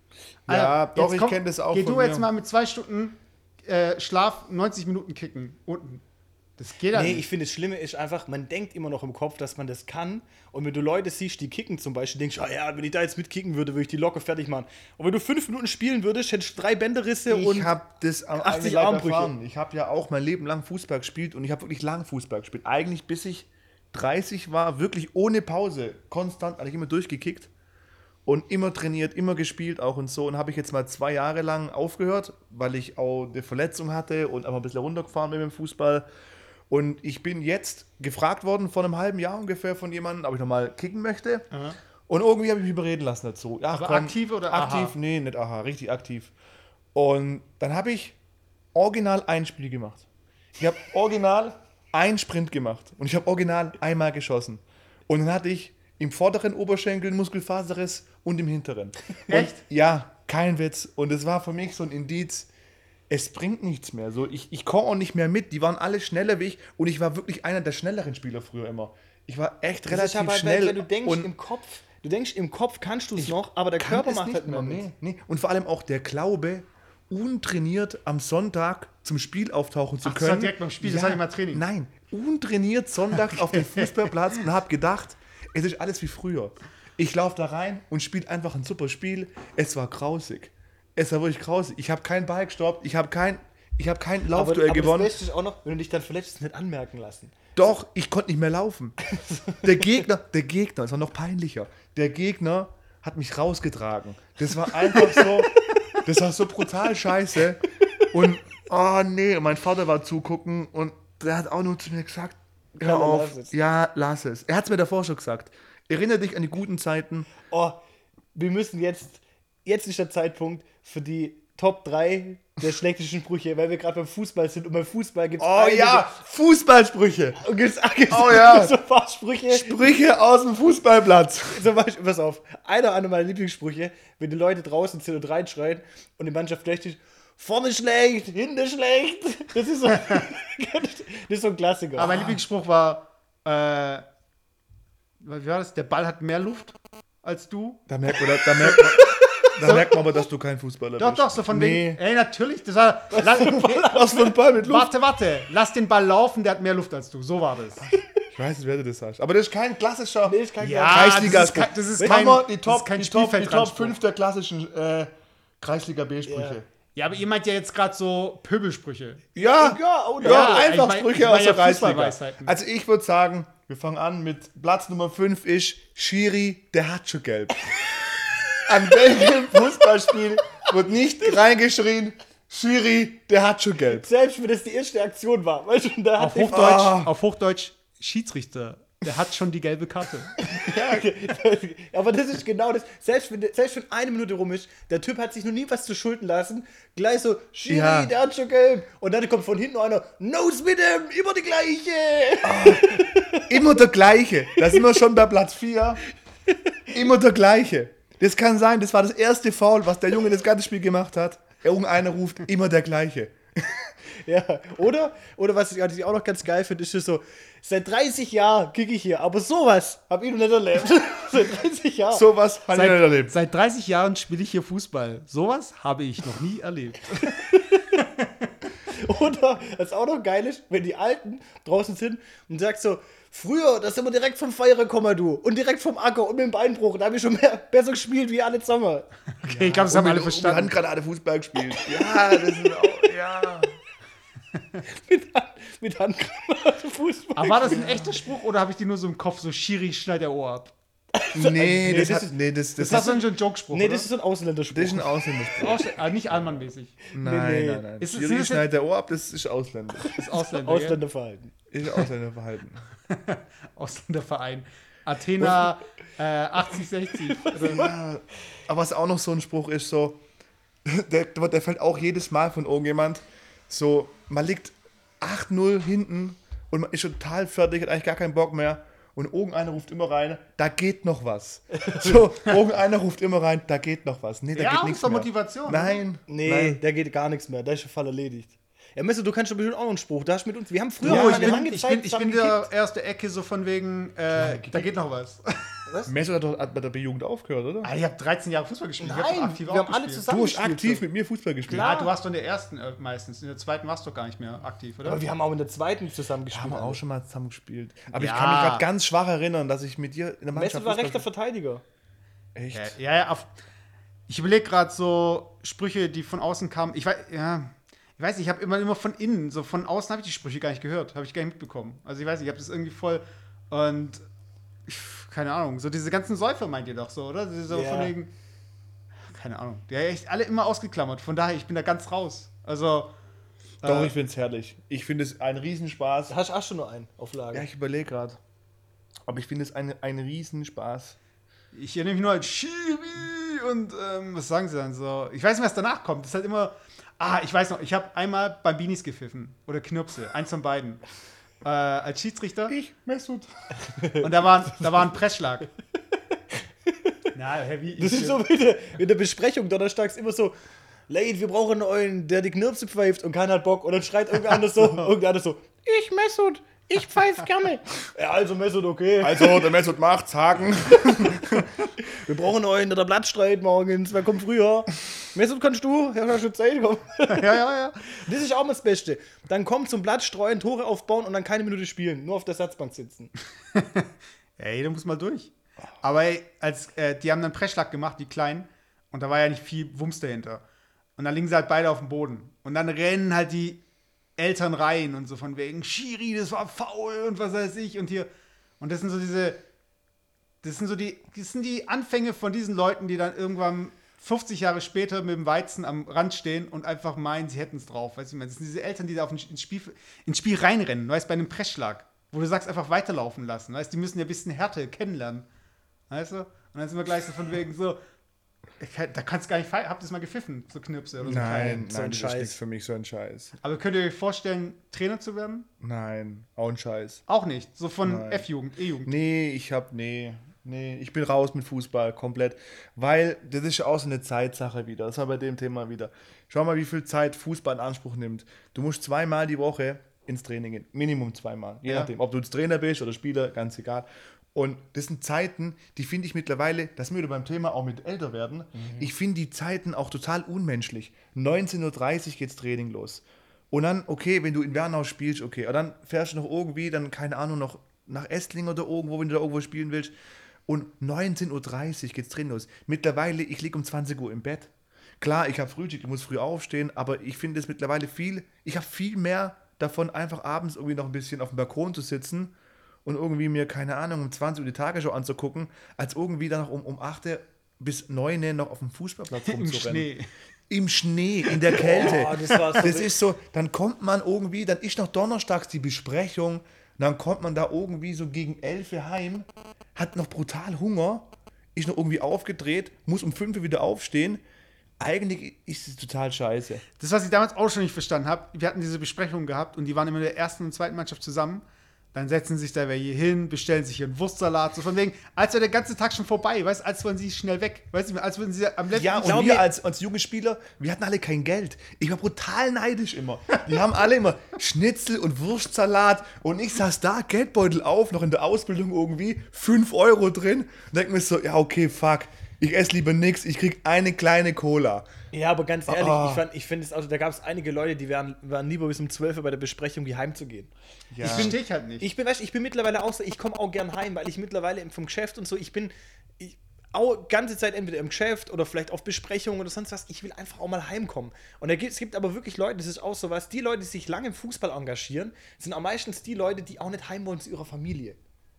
Ja, Alter, doch, jetzt ich komm, kenn das auch Geh von du jetzt mir. mal mit zwei Stunden äh, Schlaf neunzig Minuten kicken unten. Das geht ja Nee, nicht. ich finde, das Schlimme ist einfach, man denkt immer noch im Kopf, dass man das kann. Und wenn du Leute siehst, die kicken zum Beispiel, denkst du, ah ja, wenn ich da jetzt mitkicken würde, würde ich die locker fertig machen. Und wenn du fünf Minuten spielen würdest, hättest du drei Bänderrisse und Ich habe das am achtzig eigenen Leib Armbrüche. erfahren. Ich habe ja auch mein Leben lang Fußball gespielt und ich habe wirklich lang Fußball gespielt. Eigentlich bis ich dreißig war, wirklich ohne Pause, konstant, eigentlich immer durchgekickt und immer trainiert, immer gespielt auch und so. Und habe ich jetzt mal zwei Jahre lang aufgehört, weil ich auch eine Verletzung hatte und einfach ein bisschen runtergefahren bin mit dem Fußball. Und ich bin jetzt gefragt worden, vor einem halben Jahr ungefähr von jemandem, ob ich nochmal kicken möchte. Aha. Und irgendwie habe ich mich überreden lassen dazu. Ja, Aber aktiv oder aha? aktiv? Nee, nicht aha, richtig aktiv. Und dann habe ich original ein Spiel gemacht. Ich habe original einen Sprint gemacht. Und ich habe original einmal geschossen. Und dann hatte ich im vorderen Oberschenkel einen Muskelfaserriss und im hinteren. Echt? Und ja, kein Witz. Und es war für mich so ein Indiz, es bringt nichts mehr. So, ich, ich komme auch nicht mehr mit. Die waren alle schneller wie ich. Und ich war wirklich einer der schnelleren Spieler früher immer. Ich war echt das relativ ist aber, schnell. wenn du denkst und im Kopf, du denkst im Kopf kannst du es noch, aber der kann Körper es macht nicht halt immer mehr. mit. Nee, nee. Und vor allem auch der Glaube, untrainiert am Sonntag zum Spiel auftauchen zu Ach, das war können. direkt beim Spiel, das hatte ich mal Training. Nein, untrainiert Sonntag auf dem Fußballplatz und habe gedacht, es ist alles wie früher. Ich laufe da rein und spiele einfach ein super Spiel. Es war grausig. Es war wirklich grausig. Ich habe keinen Ball gestoppt, ich habe kein, ich habe kein Aber, Laufduell aber gewonnen. das Beste ist auch noch, wenn du dich dann verletzt, ist nicht anmerken lassen. Doch, ich konnte nicht mehr laufen. Der Gegner, der Gegner, das war noch peinlicher. Der Gegner hat mich rausgetragen. Das war einfach so, das war so brutal scheiße. Und, oh nee, und mein Vater war zugucken und der hat auch nur zu mir gesagt, hör Komm, auf, lass es. ja, lass es. Er hat es mir davor schon gesagt. Erinnere dich an die guten Zeiten. Oh, wir müssen jetzt, jetzt ist der Zeitpunkt für die Top drei der schlechtesten Sprüche, weil wir gerade beim Fußball sind und beim Fußball gibt es Oh ja, Fußballsprüche. und gibt's, gibt's Oh ja. so ein paar Sprüche. Sprüche aus dem Fußballplatz. Zum Beispiel, pass auf, einer einer meiner Lieblingssprüche, wenn die Leute draußen sind und reinschreien und die Mannschaft gleich ist, vorne schlecht, hinten schlecht. Das ist so, das ist so ein Klassiker. Aber mein Lieblingsspruch war, äh, wie war das? Der Ball hat mehr Luft als du. Da merkt man, da merkt man, da merkt man aber, dass du kein Fußballer Doch, bist. doch, so von Nee. wegen. Ey, natürlich. Das war. Lass, Was für ein Ball mit Luft? warte, warte. Lass den Ball laufen, der hat mehr Luft als du. So war das. Ich weiß nicht, wer du das sagst. Aber das ist kein klassischer Nee, ist kein Ja, Kreisliga. das ist kein- das ist Wenn kein- wir die das Top, ist kein die Top, die Top Spielfeldrandspruch. fünf der klassischen äh, Kreisliga B-Sprüche. Ja, aber ihr meint ja jetzt gerade so Pöbelsprüche. Ja, Ja, oh, ja, ja, einfach ich mein- Sprüche ich mein aus ja der Kreisliga. Fußballweisheiten. Also ich würde sagen, wir fangen an mit Platz Nummer fünf ist Schiri, der hat schon gelb. An welchem Fußballspiel wird nicht reingeschrien, Schiri, der hat schon gelb. Selbst wenn das die erste Aktion war. Weißt du, da Auf hat Hochdeutsch, Ah. auf Hochdeutsch Schiedsrichter. Der hat schon die gelbe Karte. aber das ist genau das. Selbst wenn, selbst wenn eine Minute rum ist, der Typ hat sich noch nie was zu schulden lassen. Gleich so, Schiri, Ja. der hat schon gelb. Und dann kommt von hinten einer, Nose mit dem, immer die gleiche. Immer der gleiche. Da sind wir schon bei Platz vier. Immer der gleiche. Das kann sein, das war das erste Foul, was der Junge das ganze Spiel gemacht hat. Irgendeiner ruft immer der gleiche. Ja, oder? Oder was ich, was ich auch noch ganz geil finde, ist das so, seit dreißig Jahren kicke ich hier, aber sowas hab ich noch nicht erlebt. Seit dreißig Jahren. Sowas habe ich nicht erlebt. Seit dreißig Jahren spiele ich hier Fußball. Sowas habe ich noch nie erlebt. Oder, was auch noch geil ist, wenn die Alten draußen sind und sagst so, früher, da sind wir direkt vom Feier gekommen, du. Und direkt vom Acker und mit dem Beinbruch. Da habe ich schon mehr, besser gespielt wie alle zusammen. Okay, ich glaube, das haben alle Wir haben verstanden. gerade alle Fußball gespielt. Ja, das ist auch, ja. mit, Hand, mit Handgranate Fußball. Aber war das ein echter Spruch oder habe ich die nur so im Kopf, so Schiri, schneid der Ohr ab? Nee, nee, das, das hat, ist- nee, das, das, Das ist ist, so ein Jokespruch, Nee, oder? das ist so ein Ausländerspruch. das ist ein Ausländerspruch. Ausl- ah, nicht allmannmäßig. Nein, nee. nein, nein. Ist es- Schiri sind es schneidet der Ohr ab, das ist Ausländer. Das ist Ausländer. Ausländer. Ausländerverhalten. Ist Ausländerverhalten. Ausländerverein. Athena äh, achtzig sechzig. Oder- Ja, aber was auch noch so ein Spruch ist, so, der, der fällt auch jedes Mal von irgendjemand, so, man liegt acht null hinten und man ist schon total fertig, hat eigentlich gar keinen Bock mehr und irgendeiner ruft immer rein, da geht noch was. So, irgendeiner ruft immer rein, da geht noch was. Nee, da Ja, geht das nichts ist doch mehr. Motivation, Nein, Nee, nein. da geht gar nichts mehr. Da ist der Fall erledigt. Ja, Messer, du kannst doch bestimmt auch noch einen Spruch. Da hast du mit uns. Wir haben früher Ja, mal ich eine bin, lange ich Zeit bin, ich bin zusammen der erste Ecke so von wegen, äh, da geht noch was. Was? Mesut hat doch hat bei der B-Jugend aufgehört, oder? Ah, ich habe dreizehn Jahre Fußball gespielt. ich hab doch Nein, aktiv wir auch haben alle gespielt. zusammen Du hast gespielt aktiv so. mit mir Fußball gespielt. Ja, du warst doch in der ersten äh, meistens. In der zweiten warst du gar nicht mehr aktiv, oder? Aber wir haben auch in der zweiten zusammen Haben gespielt. wir auch schon mal zusammen gespielt. Aber Ja. ich kann mich gerade ganz schwach erinnern, dass ich mit dir in der Mannschaft Mesut war Fußball rechter Verteidiger. Echt? Ja, ja, ja auf, ich überlege gerade so Sprüche, die von außen kamen. Ich weiß, ja, ich weiß nicht, ich habe immer, immer von innen, so von außen habe ich die Sprüche gar nicht gehört, habe ich gar nicht mitbekommen. Also ich weiß nicht, ich habe das irgendwie voll und ich, keine Ahnung, so diese ganzen Säufer meint ihr doch so, oder? So Ja. von wegen, keine Ahnung, die haben echt alle immer ausgeklammert. Von daher, ich bin da ganz raus. Also Doch, äh, ich finde es herrlich. Ich finde es ein Riesenspaß. Da hast du auch schon nur einen auf Lager. Ja, ich überlege gerade. Aber ich finde es ein, ein Riesenspaß. Ich erinnere mich nur an Schiri und ähm, was sagen sie dann so? Ich weiß nicht, was danach kommt. Das ist halt immer. Ah, ich weiß noch, ich habe einmal Bambinis gepfiffen oder Knirpse, eins von beiden. Äh, als Schiedsrichter. Ich, Mesut. Und da war, da war ein Pressschlag. Na, heavy. Das ist so wie in der, in der Besprechung donnerstags immer so, Late, wir brauchen einen, der die Knirpse pfeift und keiner hat Bock. Und dann schreit irgendwer anders so, irgendwer anders so, ich Mesut, ich pfeife gerne. Ja, also Mesut, okay. Also, der Mesut macht's, Haken. Wir brauchen einen, der der Blatt streit morgens, wer kommt früher? Mesut, kannst du? Ja, hast schon Zeit, komm. Ja, ja, ja. Das ist auch mal das Beste. Dann kommen zum Blatt streuen, Tore aufbauen und dann keine Minute spielen. Nur auf der Satzbank sitzen. Ja, jeder muss mal durch. Aber ey, als, äh, die haben dann Pressschlag gemacht, die Kleinen. Und da war ja nicht viel Wumms dahinter. Und dann liegen sie halt beide auf dem Boden. Und dann rennen halt die Eltern rein und so von wegen, Schiri, das war faul und was weiß ich. Und hier. Und das sind so diese. Das sind so die. Das sind die Anfänge von diesen Leuten, die dann irgendwann fünfzig Jahre später mit dem Weizen am Rand stehen und einfach meinen, sie hätten es drauf. Weißt du, ich meine, das sind diese Eltern, die da auf ein, ins, Spiel, ins Spiel reinrennen, weißt du, bei einem Pressschlag. Wo du sagst, einfach weiterlaufen lassen. Weißt du, die müssen ja ein bisschen Härte kennenlernen. Weißt du? Und dann sind wir gleich so von wegen so. Ich, da kannst du gar nicht feiern. Habt ihr es mal gepfiffen, so Knirpse oder so? Nein, so ein nein, das ist Scheiß. nichts für mich, so ein Scheiß. Aber könnt ihr euch vorstellen, Trainer zu werden? Nein, auch ein Scheiß. Auch nicht. So von Nein. F-Jugend, E-Jugend. Nee, ich hab, nee, nee, ich bin raus mit Fußball komplett. Weil, das ist ja auch so eine Zeitsache wieder. Das war bei dem Thema wieder. Schau mal, wie viel Zeit Fußball in Anspruch nimmt. Du musst zweimal die Woche ins Training gehen. Minimum zweimal. Je Ja. nachdem, ob du jetzt Trainer bist oder Spieler, ganz egal. Und das sind Zeiten, die finde ich mittlerweile, das sind wir wieder beim Thema auch mit älter werden, ich finde die Zeiten auch total unmenschlich. neunzehn Uhr dreißig geht's Training los. Und dann, okay, wenn du in Wernau spielst, okay, aber dann fährst du noch irgendwie, dann, keine Ahnung, noch nach Esslingen oder irgendwo, wenn du da irgendwo spielen willst. Und neunzehn Uhr dreißig geht's Training los. Mittlerweile, ich liege um zwanzig Uhr im Bett. Klar, ich habe Frühstück, ich muss früh aufstehen, aber ich finde es mittlerweile viel, ich habe viel mehr davon, einfach abends irgendwie noch ein bisschen auf dem Balkon zu sitzen und irgendwie mir, keine Ahnung, um zwanzig Uhr die Tagesschau anzugucken, als irgendwie dann noch um, um acht bis neun noch auf dem Fußballplatz Im rumzurennen. Schnee. Im Schnee, in der Kälte. Oh, das war so das ist so, dann kommt man irgendwie, dann ist noch donnerstags die Besprechung, dann kommt man da irgendwie so gegen elf heim, hat noch brutal Hunger, ist noch irgendwie aufgedreht, muss um fünf Uhr wieder aufstehen. Eigentlich ist es total scheiße. Das, was ich damals auch schon nicht verstanden habe, wir hatten diese Besprechungen gehabt und die waren immer in der ersten und zweiten Mannschaft zusammen. Dann setzen sich da welche hin, bestellen sich ihren Wurstsalat. So von wegen, als wäre der ganze Tag schon vorbei, weißt du, als wollen sie schnell weg. Weißt du, als würden sie am letzten Ja, und glaub wir mir- als, als junge Spieler, wir hatten alle kein Geld. Ich war brutal neidisch immer. Die haben alle immer Schnitzel und Wurstsalat und ich saß da, Geldbeutel auf, noch in der Ausbildung irgendwie, fünf Euro drin und denk mir so, ja okay, fuck, ich esse lieber nix, ich krieg eine kleine Cola. Ja, aber ganz ehrlich, Oh. ich, fand, ich finde es, also da gab es einige Leute, die waren, waren lieber bis um zwölf Uhr bei der Besprechung, wie heimzugehen. Ich verstehe ich halt nicht. Ich bin, weißt, ich bin mittlerweile auch so, ich komme auch gern heim, weil ich mittlerweile vom Geschäft und so, ich bin ich, auch ganze Zeit entweder im Geschäft oder vielleicht auf Besprechungen oder sonst was, ich will einfach auch mal heimkommen. Und da gibt, es gibt aber wirklich Leute, das ist auch so was, die Leute, die sich lange im Fußball engagieren, sind auch meistens die Leute, die auch nicht heim wollen zu ihrer Familie.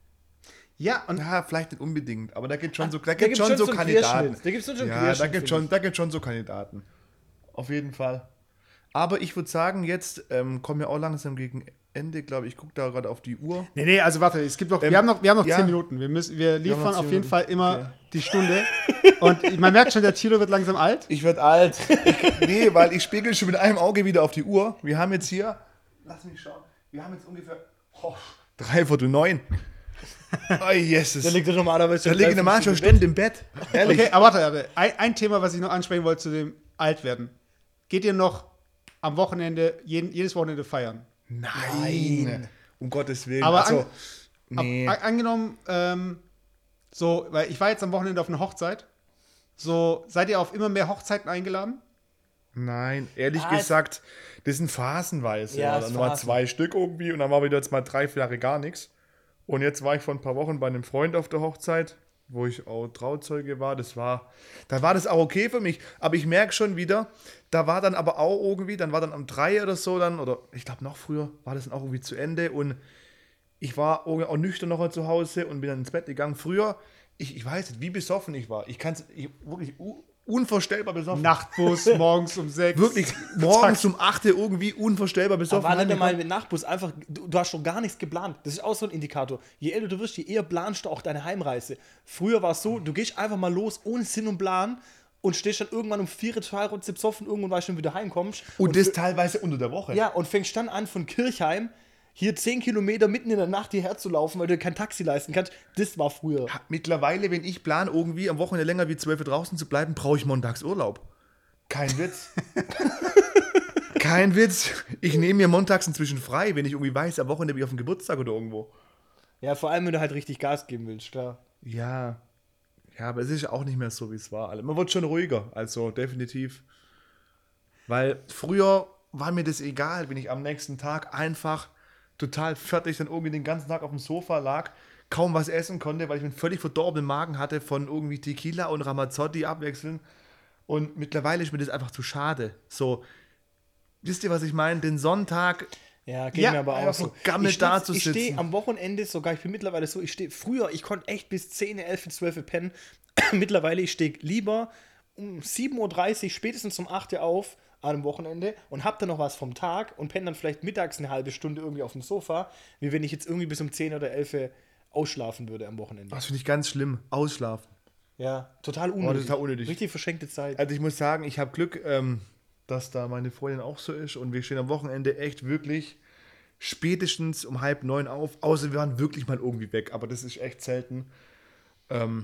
ja, und Ja, vielleicht nicht unbedingt, aber da gibt schon so, da da gibt gibt's schon schon so so einen Kandidaten. Querschnitt. Da gibt's schon so einen ja, Querschnitt, da gibt finde schon, ich. da gibt schon so Kandidaten. Auf jeden Fall. Aber ich würde sagen, jetzt ähm, kommen wir auch langsam gegen Ende, glaube ich. Ich gucke da gerade auf die Uhr. Nee, nee, also warte, es gibt noch, Ähm, wir haben noch, wir haben noch ja. zehn Minuten. Wir, müssen, wir liefern noch zehn auf jeden Minuten. Fall immer Okay. die Stunde. Und man merkt schon, der Thilo wird langsam alt. Ich werde alt. Ich, nee, weil ich spiegel schon mit einem Auge wieder auf die Uhr. Wir haben jetzt hier, lass mich schauen, wir haben jetzt ungefähr oh, dreiviertel neun. Oh, Jesus. Da liegt er normalerweise Da liege ich normal schon Stunden im Bett. Ehrlich. Okay, aber warte, aber ein, ein Thema, was ich noch ansprechen wollte zu dem Altwerden. Geht ihr noch am Wochenende, jeden, jedes Wochenende feiern? Nein. Um Gottes Willen. Aber also, an- nee. Ab, a- angenommen, ähm, So, weil ich war jetzt am Wochenende auf einer Hochzeit. So, seid ihr auf immer mehr Hochzeiten eingeladen? Nein, ehrlich Ah, es- gesagt, das sind phasenweise. Ja, Ja, es dann waren Phasen. zwei Stück irgendwie und dann war wieder jetzt mal drei, vier Jahre gar nichts. Und jetzt war ich vor ein paar Wochen bei einem Freund auf der Hochzeit, wo ich auch Trauzeuge war. Das war, da war das auch okay für mich. Aber ich merke schon wieder, da war dann aber auch irgendwie, dann war dann um drei oder so dann, oder ich glaube noch früher, war das dann auch irgendwie zu Ende. Und ich war auch auch nüchtern noch zu Hause und bin dann ins Bett gegangen. Früher, ich, ich weiß nicht, wie besoffen ich war. Ich kann es wirklich u- unvorstellbar besoffen. Nachtbus, morgens um sechs. Wirklich, morgens um acht Uhr irgendwie unvorstellbar besoffen. Aber war nicht einmal heimgekommen. mit Nachtbus, einfach, du, du hast schon gar nichts geplant. Das ist auch so ein Indikator. Je älter du wirst, je eher planst du auch deine Heimreise. Früher war es so, du gehst einfach mal los, ohne Sinn und Plan und stehst dann irgendwann um vier total runter besoffen, irgendwann weißt du, wie du heimkommst. Und das teilweise unter der Woche. Ja, und fängst dann an, von Kirchheim hier zehn Kilometer mitten in der Nacht hierher zu laufen, weil du kein Taxi leisten kannst. Das war früher. Mittlerweile, wenn ich plane, irgendwie am Wochenende länger wie zwölf Uhr draußen zu bleiben, brauche ich montags Urlaub. Kein Witz. Kein Witz. Ich nehme mir montags inzwischen frei, wenn ich irgendwie weiß, am Wochenende bin ich auf dem Geburtstag oder irgendwo. Ja, vor allem, wenn du halt richtig Gas geben willst, klar. Ja. Ja, aber es ist auch nicht mehr so, wie es war. Man wird schon ruhiger, also definitiv. Weil früher war mir das egal, wenn ich am nächsten Tag einfach total fertig dann irgendwie den ganzen Tag auf dem Sofa lag, kaum was essen konnte, weil ich einen völlig verdorbenen Magen hatte von irgendwie Tequila und Ramazzotti abwechseln. Und mittlerweile ist mir das einfach zu schade. So, wisst ihr, was ich meine? Den Sonntag, Ja, geht Ja, mir aber auch einfach so. so gammelt Ich steh- da zu Ich stehe sitzen. am Wochenende sogar, ich bin mittlerweile so, ich stehe früher, ich konnte echt bis zehn, elf, zwölf pennen. Mittlerweile, ich stehe lieber um sieben Uhr dreißig, spätestens um acht Uhr auf an einem Wochenende und hab dann noch was vom Tag und penne dann vielleicht mittags eine halbe Stunde irgendwie auf dem Sofa, wie wenn ich jetzt irgendwie bis um zehn oder elf ausschlafen würde am Wochenende. das finde ich ganz schlimm, ausschlafen. Ja, total unnötig. total unnötig. Richtig verschenkte Zeit. Also ich muss sagen, ich habe Glück, ähm, dass da meine Freundin auch so ist und wir stehen am Wochenende echt wirklich spätestens um halb neun auf, außer wir waren wirklich mal irgendwie weg, aber das ist echt selten. Ähm,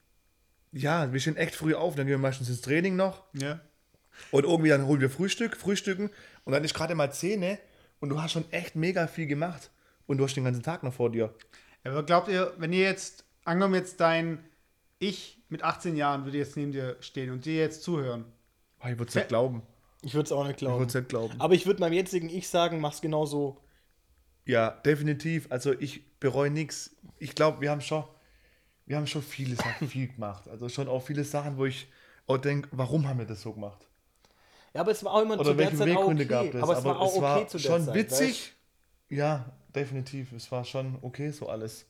ja, wir stehen echt früh auf, dann gehen wir meistens ins Training noch Ja. und irgendwie dann holen wir Frühstück, frühstücken und dann ist gerade mal zehn und du hast schon echt mega viel gemacht und du hast den ganzen Tag noch vor dir. Aber glaubt ihr, wenn ihr jetzt, angenommen jetzt dein Ich mit achtzehn Jahren würde jetzt neben dir stehen und dir jetzt zuhören. Oh, ich würde es nicht glauben. Ich würde es auch nicht Ich glauben. würde es nicht glauben. Aber ich würde meinem jetzigen Ich sagen, mach's genau so. Ja, definitiv. Also ich bereue nichts. Ich glaube, wir haben schon, wir haben schon viele Sachen viel gemacht. Also schon auch viele Sachen, wo ich auch denke, warum haben wir das so gemacht? Ja, aber es war auch immer Oder zu der welche Zeit auch Beweggründe okay. gab es? Aber es war auch okay zu der schon Zeit. witzig. Ja, definitiv. Es war schon okay so alles.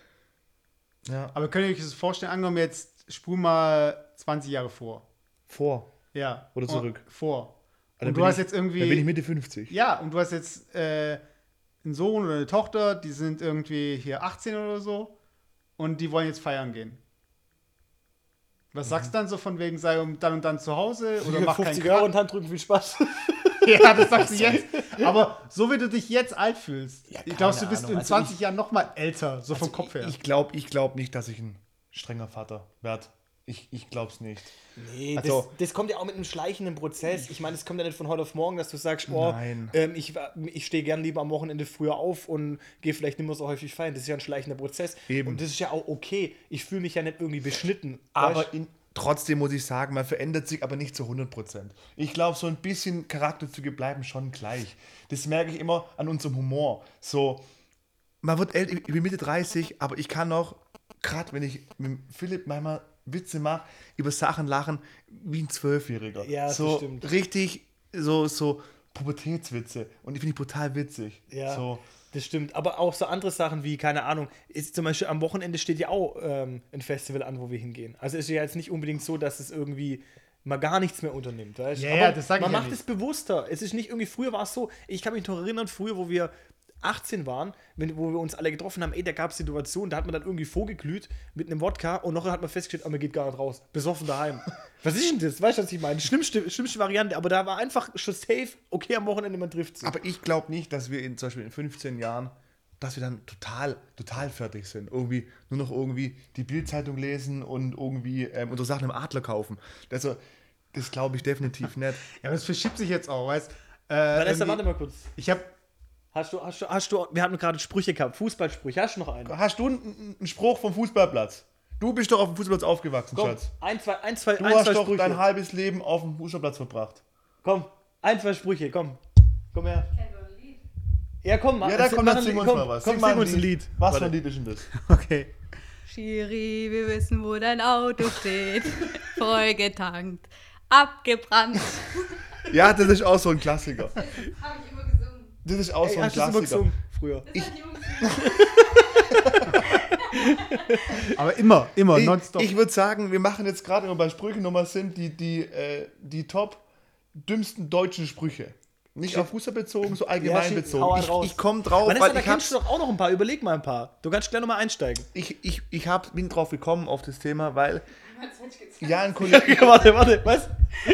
Ja, Aber könnt ihr euch das vorstellen, angenommen jetzt spul mal zwanzig Jahre vor. vor. Ja. Oder zurück. Oh, vor. Dann Und bin du hast ich, jetzt irgendwie. Dann bin ich Mitte fünfzig. Ja, und du hast jetzt äh, einen Sohn oder eine Tochter, die sind irgendwie hier achtzehn oder so und die wollen jetzt feiern gehen. Was sagst du dann so von wegen, sei um dann und dann zu Hause oder mach keinen fünfzig Euro Krach? und Handrücken, viel Spaß. Ja, das sagst du jetzt. Aber so wie du dich jetzt alt fühlst, Ja, ich glaube, du keine bist Ahnung. in Also zwanzig Jahren noch mal älter, so vom Kopf her. Ich glaube ich glaub nicht, dass ich ein strenger Vater werde. Ich, ich glaube es nicht. Nee, Also- das, das kommt ja auch mit einem schleichenden Prozess. Ich meine, es kommt ja nicht von heute auf morgen, dass du sagst, oh, Nein. ähm, ich, ich stehe gern lieber am Wochenende früher auf und gehe vielleicht nicht mehr so häufig feiern. Das ist ja ein schleichender Prozess. Eben. Und das ist ja auch okay. Ich fühle mich ja nicht irgendwie beschnitten. Aber weißt? in, trotzdem muss ich sagen, man verändert sich aber nicht zu hundert Prozent. Ich glaube, so ein bisschen Charakterzüge bleiben schon gleich. Das merke ich immer an unserem Humor. So, man wird älter, ich bin Mitte dreißig, aber ich kann noch, gerade wenn ich mit Philipp manchmal Witze mache, über Sachen lachen, wie ein Zwölfjähriger. Ja, das so stimmt. richtig, so, so Pubertätswitze. Und die finde ich brutal witzig. Ja, So, das stimmt. Aber auch so andere Sachen wie, keine Ahnung, ist zum Beispiel am Wochenende steht ja auch ähm, ein Festival an, wo wir hingehen. Also ist ja jetzt nicht unbedingt so, dass es irgendwie man gar nichts mehr unternimmt. Weißt? Ja, Aber ja, das sag ich man ja macht nicht. es bewusster. Es ist nicht irgendwie, früher war es so, ich kann mich noch erinnern, früher, wo wir achtzehn waren, wenn, wo wir uns alle getroffen haben, ey, da gab es Situationen, da hat man dann irgendwie vorgeglüht mit einem Wodka und nachher hat man festgestellt, oh, man geht gar nicht raus. Besoffen daheim. Was ist denn das? Weißt du, was ich meine? Schlimmste, schlimmste Variante, aber da war einfach schon safe, okay, am Wochenende, man trifft sich. aber ich glaube nicht, dass wir in, zum Beispiel in fünfzehn Jahren, dass wir dann total, total fertig sind. Irgendwie nur noch irgendwie die Bildzeitung lesen und irgendwie ähm, unsere Sachen im Adler kaufen. Also, das glaube ich definitiv nicht. Ja, aber das verschiebt sich jetzt auch, weißt äh, Vanessa, irgendwie- warte mal kurz. Ich habe Hast du, hast du, hast du, wir hatten gerade Sprüche gehabt, Fußballsprüche, hast du noch einen? Hast du einen, einen Spruch vom Fußballplatz? Du bist doch auf dem Fußballplatz aufgewachsen, Komm, Schatz. ein, zwei, ein, zwei, Du ein, hast zwei doch Sprüche. dein halbes Leben auf dem Fußballplatz verbracht. Komm, ein, zwei Sprüche, komm. Komm her. Ja, komm, Ja, dann komm, dann sing uns komm, mal was. Komm, Sing sing, mal uns ein Lied. Was für Warte. ein Lied ist denn das? Okay. Schiri, wir wissen, wo dein Auto steht. Voll getankt, abgebrannt. Ja, das ist auch so ein Klassiker. Habe ich immer gesungen. Das ist auch Ey, so ein hast du das immer Klassiker. gesungen früher? Das hat die Jungs Aber immer, immer, Ich, nonstop. ich würde sagen, wir machen jetzt gerade, wenn wir bei Sprüchenummer sind, die, die, äh, die top dümmsten deutschen Sprüche. Nicht auf Fußball bezogen, so allgemein shit, hau bezogen. einen Ich, raus. ich komme drauf, Vanessa, weil da ich kennst du hab's, doch auch noch ein paar. Überleg mal ein paar. Du kannst gleich nochmal einsteigen. ich, ich, ich hab, bin drauf gekommen auf das Thema, weil ja, ein Kollege, Ja, warte, warte, was?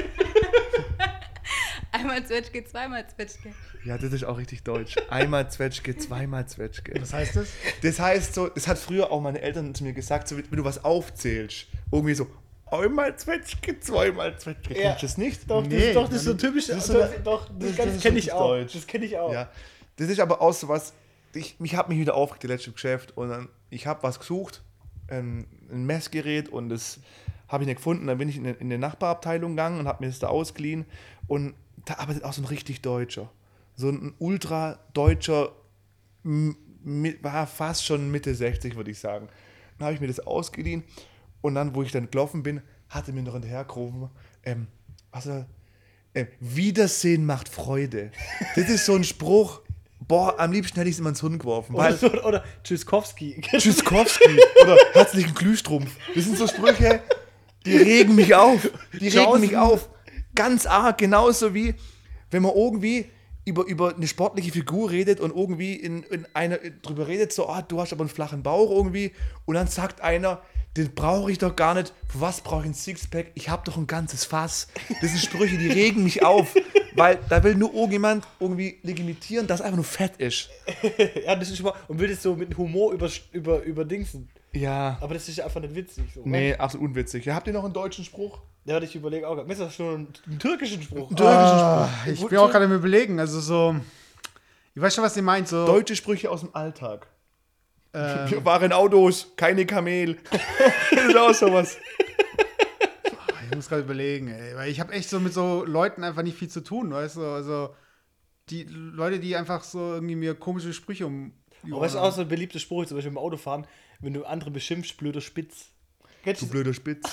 Einmal Zwetschge, zweimal Zwetschge. ja, das ist auch richtig deutsch. Einmal Zwetschge, zweimal Zwetschge. Was heißt das? Das heißt so, das hat früher auch meine Eltern zu mir gesagt, so, wenn du was aufzählst, irgendwie so, einmal Zwetschge, zweimal Zwetschge. Ja. Kennst du das nicht? Doch, Nee, das, doch, das ist so typisch. das ist doch, so- doch, das, das- das, das ist kenne richtig ich auch. deutsch. Das kenne ich auch. Ja, das ist aber auch so was, ich, mich hat mich wieder aufgeregt, das letzte Geschäft, und dann, ich habe was gesucht, ein, ein Messgerät, und das habe ich nicht gefunden. Dann bin ich in, in eine Nachbarabteilung gegangen und habe mir das da ausgeliehen, und da arbeitet auch so ein richtig Deutscher, so ein ultra-Deutscher, m- mit, war fast schon Mitte sechzig, würde ich sagen. Dann habe ich mir das ausgeliehen, und dann, wo ich dann gelaufen bin, hatte mir noch hinterhergerufen, ähm, also, äh, Wiedersehen macht Freude. Das ist so ein Spruch, boah, am liebsten hätte ich es immer ins Hirn geworfen. Oder, Weil so, oder Tschüsskowski. Tschüsskowski oder herzlichen Glühstrumpf. Das sind so Sprüche, die regen mich auf. Die regen Jausen. mich auf. Ganz arg, genauso wie, wenn man irgendwie über, über eine sportliche Figur redet und irgendwie in, in einer drüber redet, so, ah, du hast aber einen flachen Bauch irgendwie, und dann sagt einer, den brauche ich doch gar nicht. Für was brauche ich ein Sixpack? Ich habe doch ein ganzes Fass. Das sind Sprüche, die regen mich auf, weil da will nur irgendjemand irgendwie legitimieren, dass er einfach nur fett ist. Ja, das ist immer. Und will das so mit Humor über, über, überdingsen. Ja. Aber das ist einfach nicht witzig. So, Nee, absolut unwitzig. Ja, habt ihr noch einen deutschen Spruch? Ja, ich überlege auch. Mir ist das schon einen, einen türkischen Spruch. Ah, ich bin auch gerade im Überlegen. Also so, ich weiß schon, was ihr meint. So, Deutsche Sprüche aus dem Alltag. ähm, Wir waren Autos, keine Kamel. Das ist auch sowas. ich muss gerade überlegen, ey, weil ich habe echt so mit so Leuten einfach nicht viel zu tun, weißt du? Also die Leute, die einfach so irgendwie mir komische Sprüche um. die Aber weißt du Ohren auch so ein beliebter Spruch, zum Beispiel im Autofahren, wenn du andere beschimpfst, blöder Spitz. Kennst Du du blöder Spitz.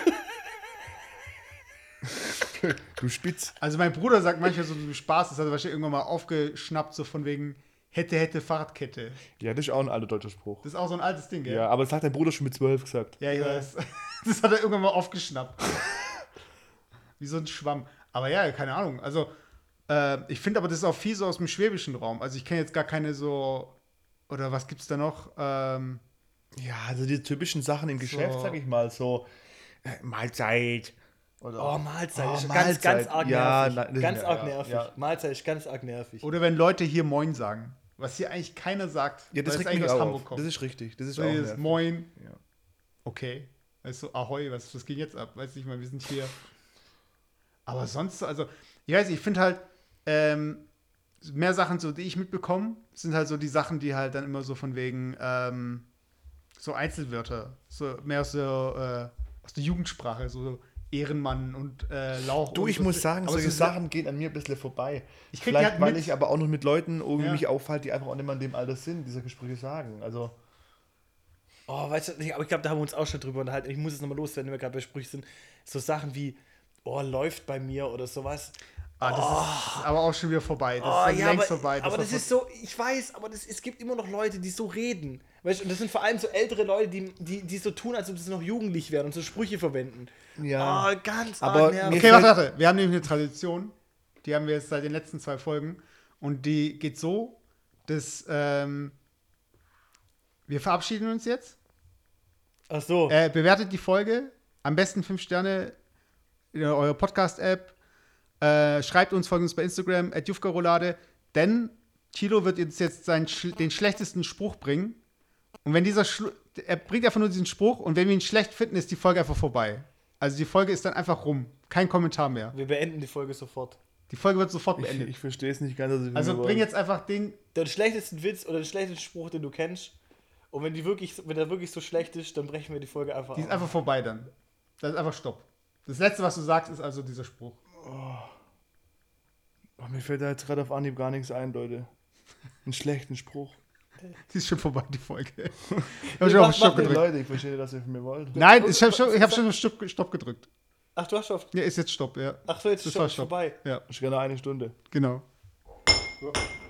Du Spitz. Also mein Bruder sagt manchmal so zum Spaß, das hat er wahrscheinlich irgendwann mal aufgeschnappt, so von wegen hätte, hätte, Fahrradkette. Ja, das ist auch ein alter deutscher Spruch. Das ist auch so ein altes Ding, gell? Ja, aber das hat dein Bruder schon mit zwölf gesagt. Ja, ich weiß. Das hat er irgendwann mal aufgeschnappt. Wie so ein Schwamm. Aber ja, keine Ahnung. Also, äh, ich finde aber, das ist auch viel so aus dem schwäbischen Raum. Also, ich kenne jetzt gar keine so. Oder was gibt's da noch? Ähm, Ja, also die typischen Sachen im Geschäft, So. sag ich mal, so äh, Mahlzeit. Oder Oh, Mahlzeit. Oh, ist ganz, Mahlzeit. ganz arg Ja, nervig. na- das- ganz ja, arg ja, nervig. ja. Mahlzeit ist ganz arg nervig. oder wenn Leute hier Moin sagen. Was hier eigentlich keiner sagt. Ja, das weil es regt eigentlich mich aus auch Hamburg auf. kommt. Das ist richtig. Das ist so auch dieses nervig. Moin. Ja. Okay. Weißt du, Ahoi, was, was geht jetzt ab? Weiß nicht mal, wir sind hier. Aber sonst, also, ich weiß nicht, ich finde halt, ähm, mehr Sachen, so, die ich mitbekomme, sind halt so die Sachen, die halt dann immer so von wegen, ähm, so Einzelwörter, so mehr aus der, äh, aus der Jugendsprache, so Ehrenmann und äh, Lauch. Du, und ich so. muss sagen, Aber solche es ist- Sachen gehen an mir ein bisschen vorbei. Ich krieg die Vielleicht, halt weil mit. ich aber auch noch mit Leuten irgendwie Ja. mich aufhalte, die einfach auch nicht mehr in dem Alter sind, diese Gespräche sagen. Also, Oh, weißt du, ich- aber ich glaube, da haben wir uns auch schon drüber unterhalten. Ich muss es nochmal loswerden, wenn wir gerade bei Sprüchen sind. So Sachen wie, oh, läuft bei mir oder sowas. Ah, das ist aber auch schon wieder vorbei. Das Oh, ist ja, längst aber, vorbei. aber das ist so, ich weiß, aber das, es gibt immer noch Leute, die so reden. Weißt du, und das sind vor allem so ältere Leute, die, die, die so tun, als ob sie noch jugendlich wären und so Sprüche verwenden. Ja. Oh, ganz Aber arg nervig. mir- Okay, warte, warte. Wir haben nämlich eine Tradition, die haben wir jetzt seit den letzten zwei Folgen. Und die geht so, dass ähm, wir verabschieden uns jetzt. Ach so. Äh, bewertet die Folge. Am besten fünf Sterne in eurer Podcast-App. Äh, schreibt uns, folgt uns bei Instagram, at Jufka-Roulade. Denn Tilo wird uns jetzt seinen, schl- den schlechtesten Spruch bringen. Und wenn dieser Schlu er bringt einfach nur diesen Spruch, und wenn wir ihn schlecht finden, ist die Folge einfach vorbei. Also die Folge ist dann einfach rum. Kein Kommentar mehr. Wir beenden die Folge sofort. Die Folge wird sofort ich, beendet. ich verstehe es nicht ganz. Also, Also bring jetzt einfach den. Den schlechtesten Witz oder den schlechtesten Spruch, den du kennst. Und wenn die wirklich, wenn der wirklich so schlecht ist, dann brechen wir die Folge einfach Die ist ab. einfach vorbei dann. Das ist einfach Stopp. Das Letzte, was du sagst, ist also dieser Spruch. Oh, mir fällt da jetzt gerade auf Anhieb gar nichts ein, Leute. Einen schlechten Spruch. Die ist schon vorbei, die Folge. Ich Nee, habe schon auf mach- Stopp mach den gedrückt. Leute, ich verstehe, dass ihr von mir wollt. Nein, ich habe schon, ich hab schon auf Stopp, Stopp gedrückt. Ach, du hast schon. Ja, ist jetzt Stopp, ja. Ach so, jetzt Das ist war schon Stopp. vorbei. Ja, Ich gerne eine Stunde. genau.